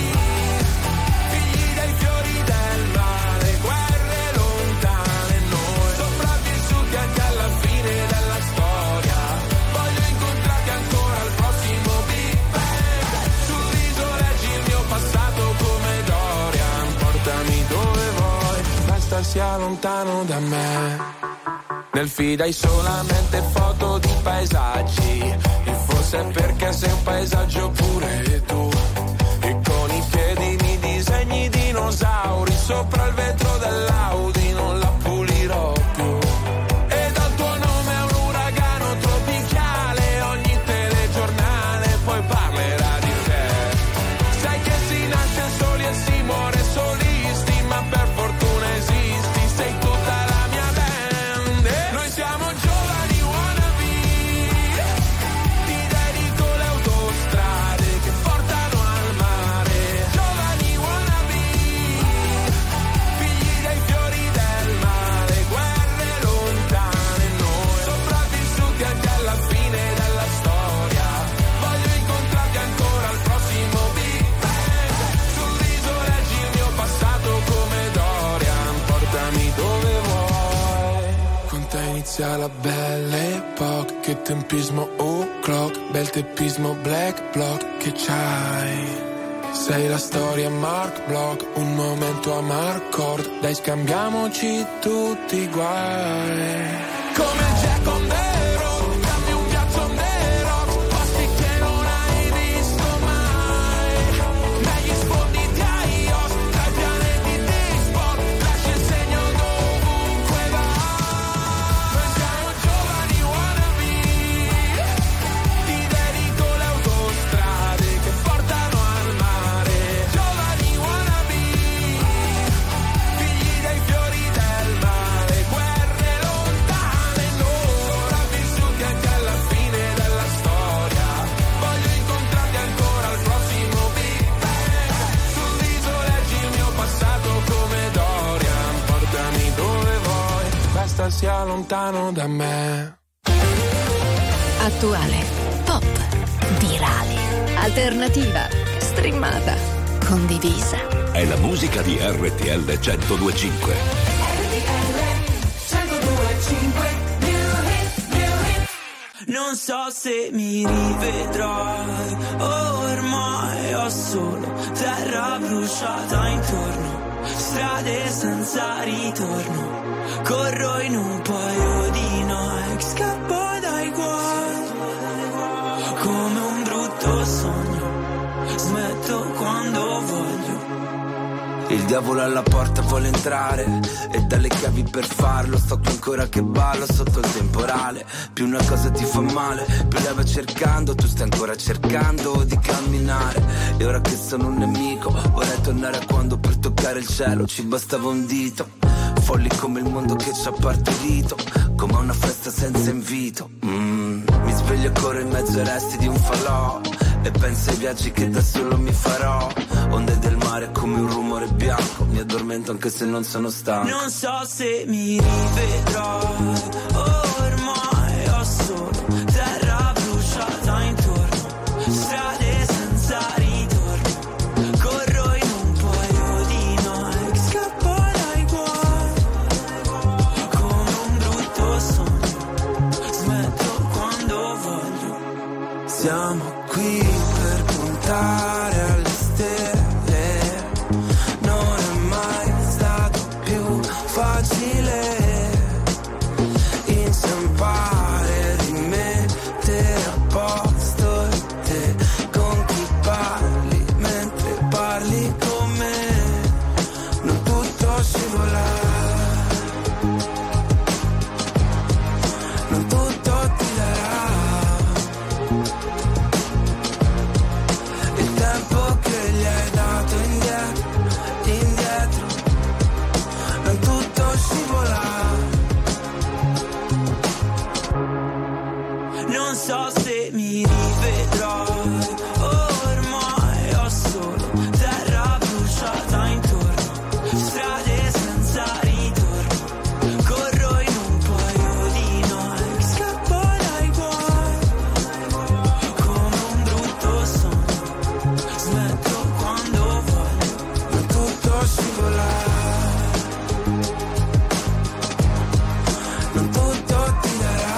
figli dei fiori del mare, guerre lontane, noi sopravvissuti anche alla fine della storia. Voglio incontrarti ancora al prossimo Big Bang. Sul viso leggi il mio passato come Dorian. Portami dove vuoi, basta sia lontano da me. Nel feed hai solamente foto di paesaggi, e forse è perché sei un paesaggio pure tu. E con i piedi mi disegni dinosauri sopra il vetro dell'Audi, non la pulirò più. E dal tuo nome è un uragano tropicale, ogni telegiornale poi parlerà di te. Sai che si nasce soli e si muore solisti, ma per fortuna esisti, sei tutta la mia band. Noi siamo giovani wannabe, ti dedico le autostrade che portano al mare. Giovani wannabe, figli dei fiori del mare, guerre lontane, noi sopravvissuti anche alla fine della storia. Voglio incontrarti ancora al prossimo Big Bang. Sul viso leggi il mio passato come Dorian. Portami dove vuoi, con te inizia la belle epoca. Che tempismo o'clock, bel teppismo black block che c'hai. Sei la storia Mark Block, un momento a Marcord. Dai, scambiamoci tutti i guai. Come Jack on the road, dammi un ghiaccio on the rocks, posti che non hai visto mai. Negli sfondi di iOS, tra i pianeti di sport, lascia il segno dovunque vai. Noi siamo giovani wannabe, ti dedico le autostrade che portano al mare. Giovani wannabe, figli dei fiori del mare, guerre lontane, noi sopravvissuti anche alla fine della storia. Voglio incontrarti ancora al prossimo Big Bang. Sul viso leggi il mio passato come Dorian. Portami dove vuoi, basta sia lontano da me. Attuale, pop, virale, alternativa, streamata, condivisa. È la musica di RTL 102.5. Non so se mi rivedrai, ormai ho solo terra bruciata intorno, strade senza ritorno, corro in un paio di Nike, scappo dai guai, come un brutto sogno, smetto quando voglio, il Il diavolo alla porta vuole entrare e dalle chiavi per farlo. Sto qui ancora che ballo sotto il temporale. Più una cosa ti fa male, più lei va cercando. Tu stai ancora cercando di camminare. E ora che sono un nemico vorrei tornare a quando per toccare il cielo ci bastava un dito. Folli come il mondo che ci ha partorito, come una festa senza invito. Mi sveglio e corro in mezzo ai resti di un falò e penso ai viaggi che da solo mi farò. Onde del mare come un rumore bianco, mi addormento anche se non sono stanco. Non so se mi rivedrai, ormai ho solo terra bruciata intorno, strade senza ritorno, corro in un paio di Nike, scappo dai guai, come un brutto sogno, smetto quando voglio. Siamo qui per puntare alle stelle, non è mai stato più facile inciampare, rimettere a posto te con chi parli mentre parli con me, non tutto scivola, non tutto ti darà il tempo che gli hai dato indietro, indietro, non tutto scivola. Non so se mi rivedrai, ormai ho solo terra bruciata intorno, strade senza ritorno, corro in un paio di Nike, scappo dai guai, come un brutto sogno, smetto quando voglio, non tutto scivola, non tutto ti darà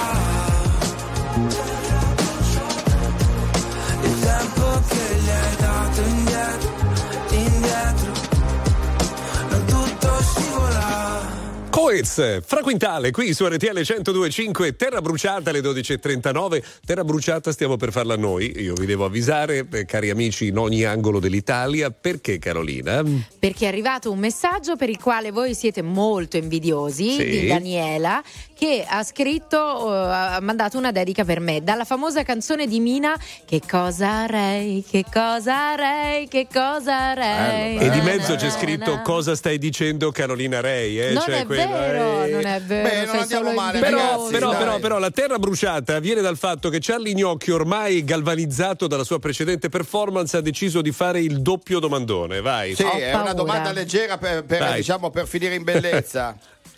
il tempo che gli hai dato indietro, indietro, non tutto scivola. Coez, Fra Quintale, qui su RTL 102.5, terra bruciata alle 12.39. Terra bruciata stiamo per farla noi, io vi devo avvisare, cari amici in ogni angolo dell'Italia. Perché, Carolina? Perché è arrivato un messaggio per il quale voi siete molto invidiosi, Sì. di Daniela, che ha scritto, ha mandato una dedica per me, dalla famosa canzone di Mina, Che cosa avrei, che cosa avrei, che cosa avrei. E di mezzo c'è scritto cosa stai dicendo Carolina Rei, Non cioè è quello, vero, non è vero. Beh, non sei andiamo solo male, invidioso. ragazzi, Però la terra bruciata viene dal fatto che Charlie Gnocchi, ormai galvanizzato dalla sua precedente performance, ha deciso di fare il doppio domandone. Vai. Sì, è una domanda leggera per diciamo, per finire in bellezza.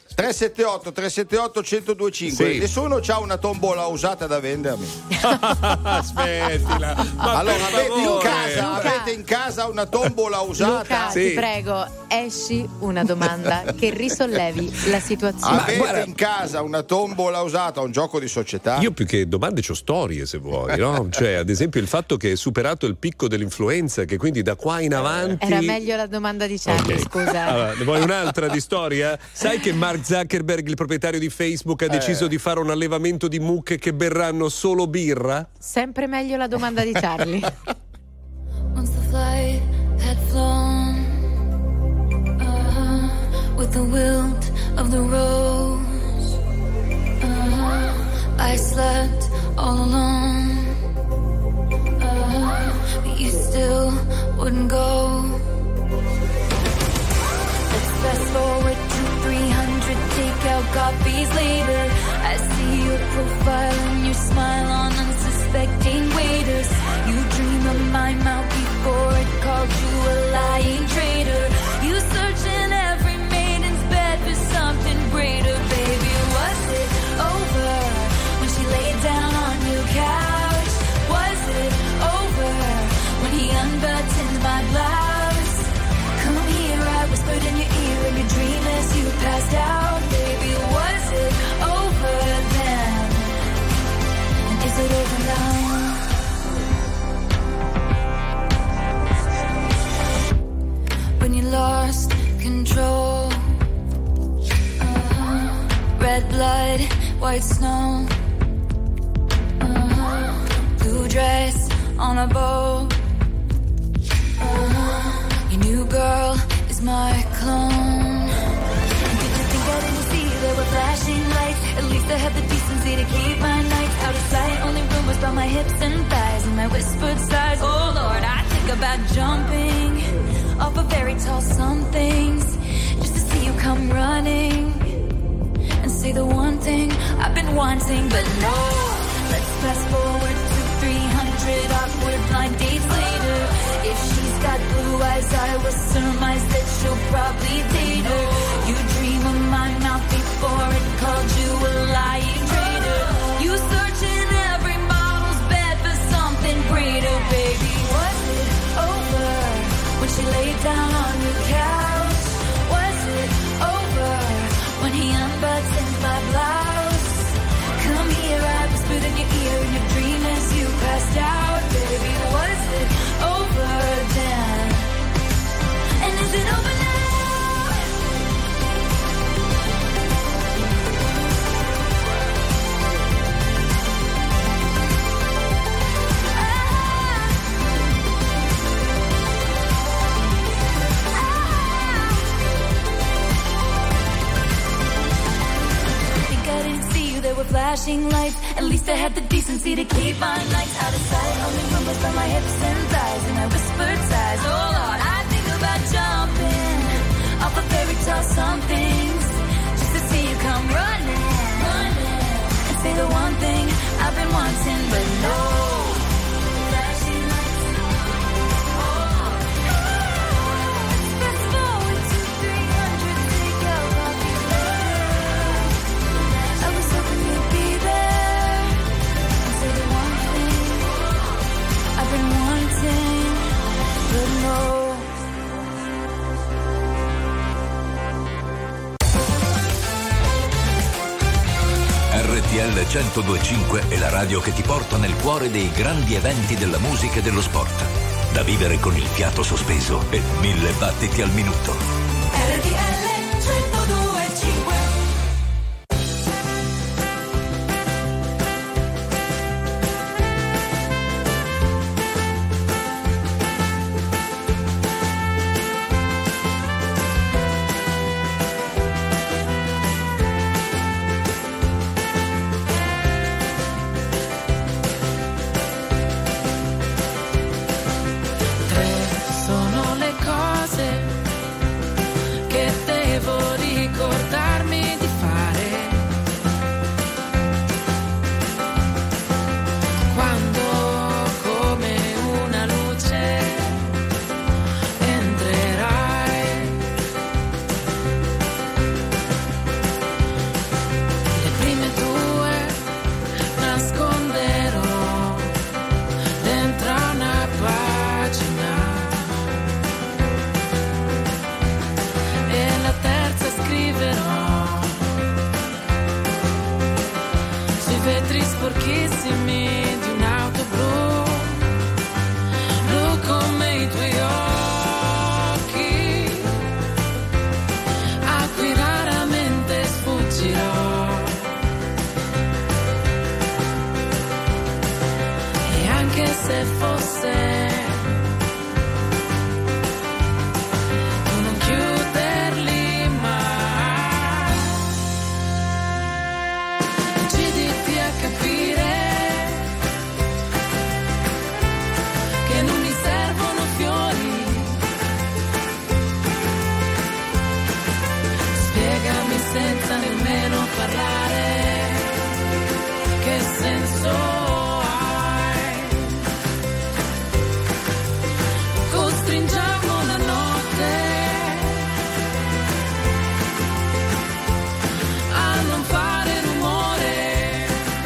378 1025. Sì. Nessuno c'ha una tombola usata da vendermi? Aspettila. Allora avete in casa una tombola usata? Luca, ti prego, esci una domanda che risollevi la situazione. Avete in casa una tombola usata, un gioco di società? Io più che domande c'ho storie, se vuoi, no? Cioè, ad esempio, il fatto che è superato il picco dell'influenza, che quindi da qua in avanti. Era meglio la domanda di Charlie, Ok. scusa. Allora, ne vuoi un'altra di storia? Sai che Mark Zuckerberg, il proprietario di Facebook, ha deciso di fare un allevamento di mucche che berranno solo birra? Sempre meglio la domanda di Charlie. Once the flight had flown, with the wilt of the rose, I slept all alone, but you still wouldn't go. Let's fast forward to 300 takeout copies later. I see your profile and your smile on unsuspecting waiters. You dream of my mouth before it called you a lying traitor. You search in every maiden's bed for something greater. Baby, was it over when she laid down on your couch? Was it over when he unbuttoned my blouse? Come here, I whispered in your ear in your dream as you passed out. Baby, was it over then? And is it over now? When you lost control, red blood, white snow, blue dress on a boat. Your new girl is was my clone. Did you think I didn't see there were flashing lights? At least I had the decency to keep my nights out of sight. Only rumors about my hips and thighs and my whispered sighs. Oh Lord, I think about jumping off a very tall somethings just to see you come running and say the one thing I've been wanting. But no, let's fast forward to 300 awkward blind dates later. If she's got blue eyes, I will surmise that she'll probably date her. You dream of my mouth before it called you a lying traitor. You search in every model's bed for something greater, baby. Was it over when she laid down on your couch? Was it over when he unbuttoned my blouse? Come here, I whispered in your ear in your dream as you passed out, baby. Was it over then? And is it over now? There were flashing lights. At least I had the decency to keep my nights out of sight. Only rumors by my hips and thighs and my whispered sighs. Oh Lord, I think about jumping off a fairy tale somethings just to see you come running and say the one thing I've been wanting, but no. Flashing lights. Fast forward to 300 take out coffee later. I was hoping you'd be there and say the one thing I've been wanting, but no. RTL 102.5 è la radio che ti porta nel cuore dei grandi eventi della musica e dello sport. Da vivere con il fiato sospeso e 1000 battiti al minuto. RTL 102.5. Sono le cose che devo ricordarmi di fare quando come una luce entrerai. Le prime due nasconderò dentro una pagina e la terza scriverò sui vetri sporchissimi di un'auto blu, blu come i tuoi occhi, a cui raramente sfuggirò. E anche se fosse non chiuderli mai, deciditi a capire che non mi servono fiori. Spiegami senza nemmeno parlare che senso hai. Costringiamo la notte a non fare rumore,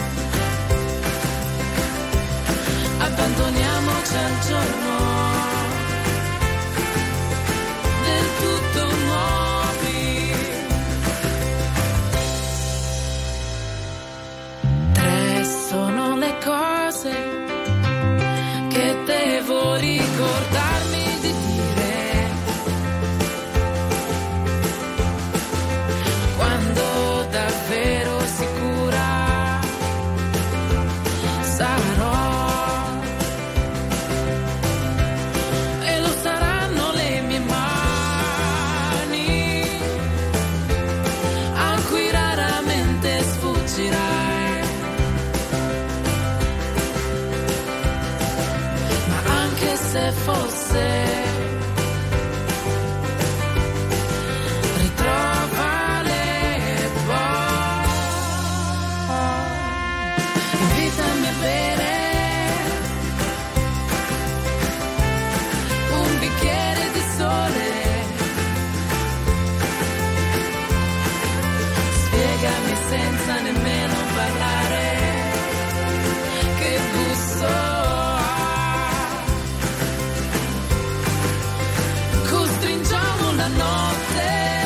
abbandoniamoci al giorno del tutto nuovi. 3 sono le cose che devo ricordarmi di dire quando davvero sicura sarò, e lo saranno le mie mani fosse. Ritrovale poi, invitami a bere un bicchiere di sole, spiegami senza nemmeno parlare che gusto ha. Costringiamo la notte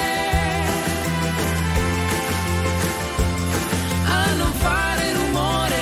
a non fare rumore,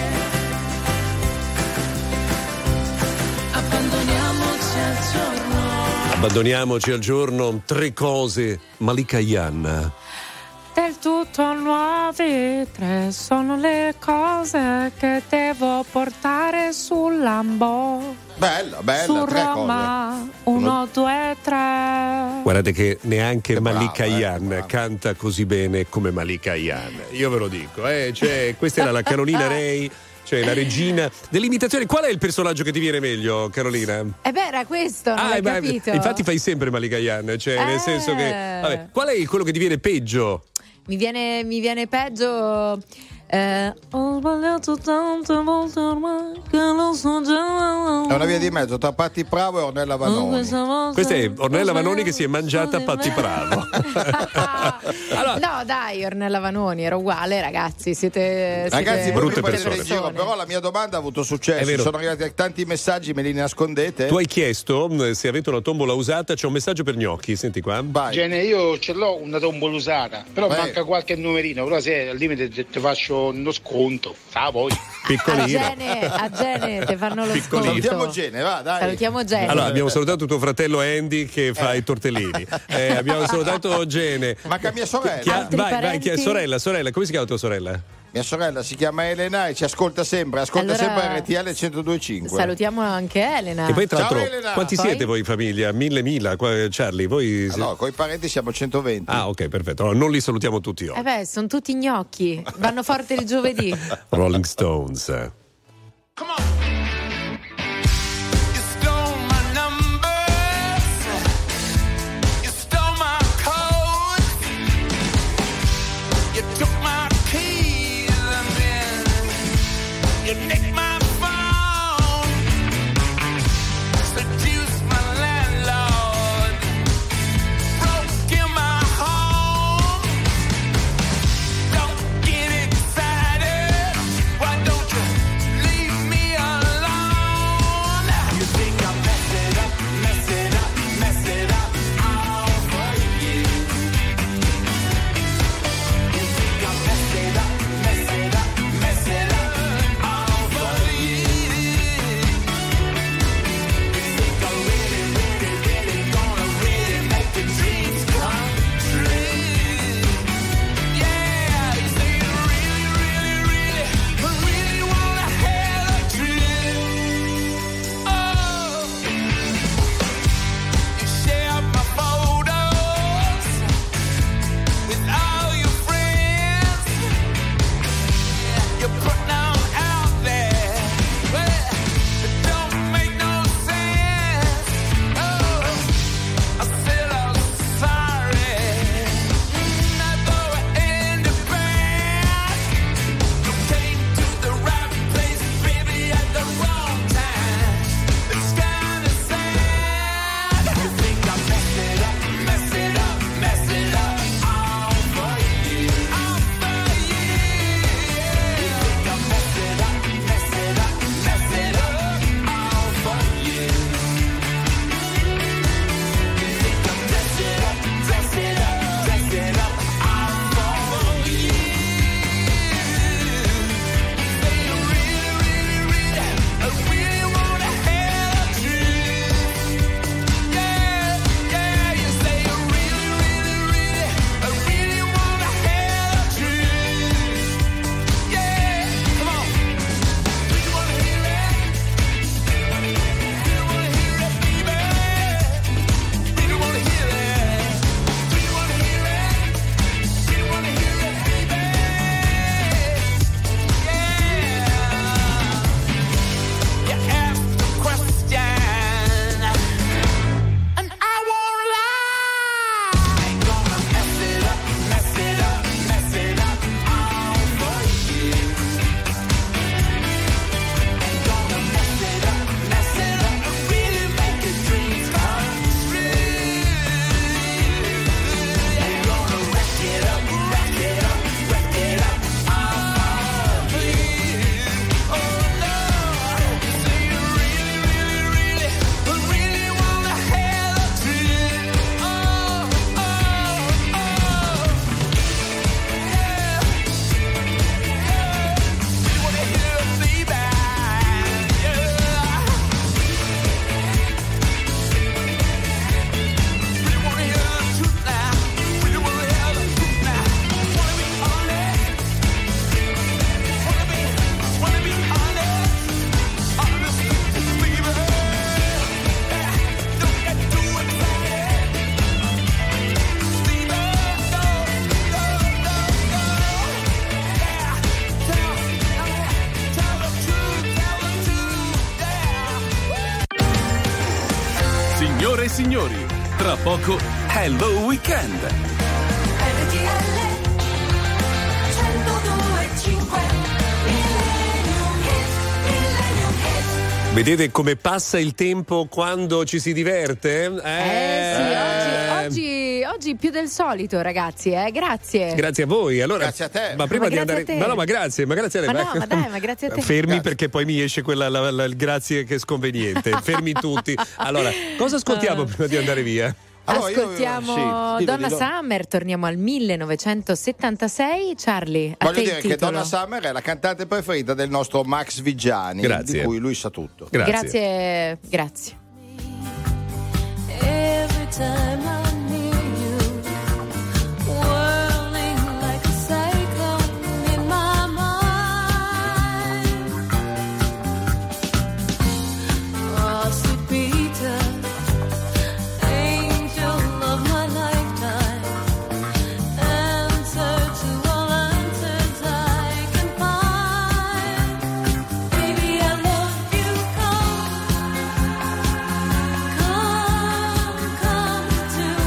abbandoniamoci al giorno. Abbandoniamoci al giorno, 3 cose, Malika Ayane. Del tutto nuove 3 sono le cose che devo portare sul Lambo. Bella, Su 3 Roma, 1, 2, 3. Guardate che neanche Malika Ayane brava. canta così bene come Malika Ayane. Io ve lo dico, cioè, questa era la Carolina Rei, cioè la regina dell'imitazione. Qual è il personaggio che ti viene meglio, Carolina? Beh, era questo, non hai capito? Infatti fai sempre Malika Ayane, cioè nel senso che vabbè, qual è quello che ti viene peggio? Mi viene peggio. Ho sbagliato tante volte ormai che lo so già. È una via di mezzo tra Patti Bravo e Ornella Vanoni. Questa è Ornella Vanoni che si è mangiata Patti Bravo. No, dai, Ornella Vanoni, era uguale, ragazzi. Siete brutte persone. in giro, però la mia domanda ha avuto È successo. vero. Sono arrivati tanti messaggi, me li nascondete? Tu hai chiesto se avete una tombola usata, c'è un messaggio per Gnocchi, senti qua. Gene, io ce l'ho una tombola usata, però manca qualche numerino, però se al limite ti faccio uno sconto, sa voi. A Gene ti fanno lo sconto. Salutiamo Gene, va, dai. Salutiamo Gene. Allora, abbiamo salutato tuo fratello Andy che fa i tortellini. Abbiamo salutato Gene. Manca mia sorella. Vai, sorella, come si chiama tua sorella? Mia sorella si chiama Elena e ci ascolta sempre, Allora, sempre RTL 102.5. Salutiamo anche Elena. E poi tra l'altro, Ciao, Elena. quanti Poi? siete voi in famiglia? 1000, Charlie, voi... No, con i parenti siamo 120. Ah, ok, perfetto. Allora, non li salutiamo tutti oggi. Sono tutti gnocchi, vanno forte il giovedì. Rolling Stones. signori, tra poco Hello Weekend. RTL 102.5 Millennium Hit. Vedete come passa il tempo quando ci si diverte? Oggi più del solito, ragazzi, grazie. Grazie a voi. Allora, grazie a te. Ma prima di andare. Ma grazie a lei. Ma grazie a te. Fermi, grazie. perché poi mi esce quella il grazie che è sconveniente. Fermi tutti. Allora, cosa ascoltiamo prima di andare via? Allora, ascoltiamo Donna Summer, torniamo al 1976. Charlie, a voglio te dire il che titolo. Donna Summer è la cantante preferita del nostro Max Vigiani, Grazie. di cui lui sa tutto. Grazie. Every time I near you, whirling like a cyclone in my mind. Oh, sweet Peter, angel of my lifetime, answer to all answers I can find. Baby, I love you, come to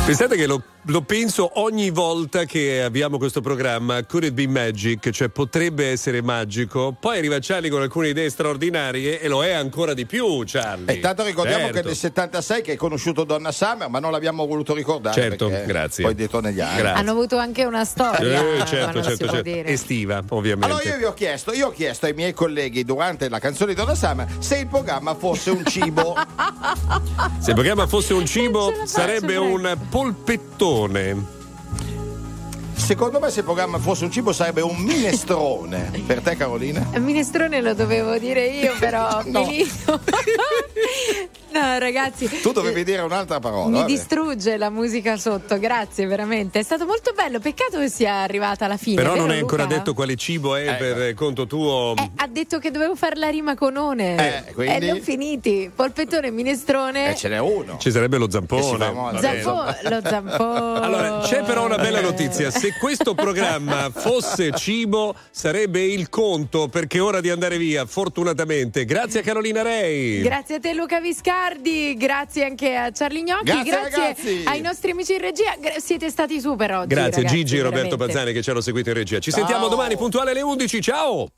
Pensate che lo penso ogni volta che abbiamo questo programma, Could It Be Magic, cioè potrebbe essere magico. Poi arriva Charlie con alcune idee straordinarie e lo è ancora di più, Charlie. E tanto ricordiamo che nel 76 che hai conosciuto Donna Summer, ma non l'abbiamo voluto ricordare. Certo, grazie. Poi detto negli anni. Hanno avuto anche una storia. Certo. Estiva, ovviamente. Allora io ho chiesto ai miei colleghi durante la canzone di Donna Summer se il programma fosse un cibo. Se il programma fosse un cibo sarebbe un polpettone. Secondo me se il programma fosse un cibo sarebbe un minestrone. Per te, Carolina? Minestrone lo dovevo dire io, però No. finito. No, ragazzi. Tu dovevi dire un'altra parola. Mi vabbè. distrugge la musica sotto, grazie veramente. È stato molto bello, peccato che sia arrivata alla fine. Però vero, non è ancora Luca? detto quale cibo è per conto tuo. Ha detto che dovevo fare la rima con one. Quindi? E li ho finiti. Polpettone e minestrone. Ce n'è uno. Ci sarebbe lo zampone. Lo zampone. Allora, c'è però una bella notizia. Se questo programma fosse cibo, sarebbe il conto, perché è ora di andare via, fortunatamente. Grazie a Carolina Rei. Grazie a te Luca Viscardi, grazie anche a Charlie Gnocchi, Grazie, ragazzi. ai nostri amici in regia, siete stati super oggi. Grazie ragazzi, Gigi e Roberto veramente. Pazzani che ci hanno seguito in regia. Ci sentiamo domani puntuale alle 11. Ciao!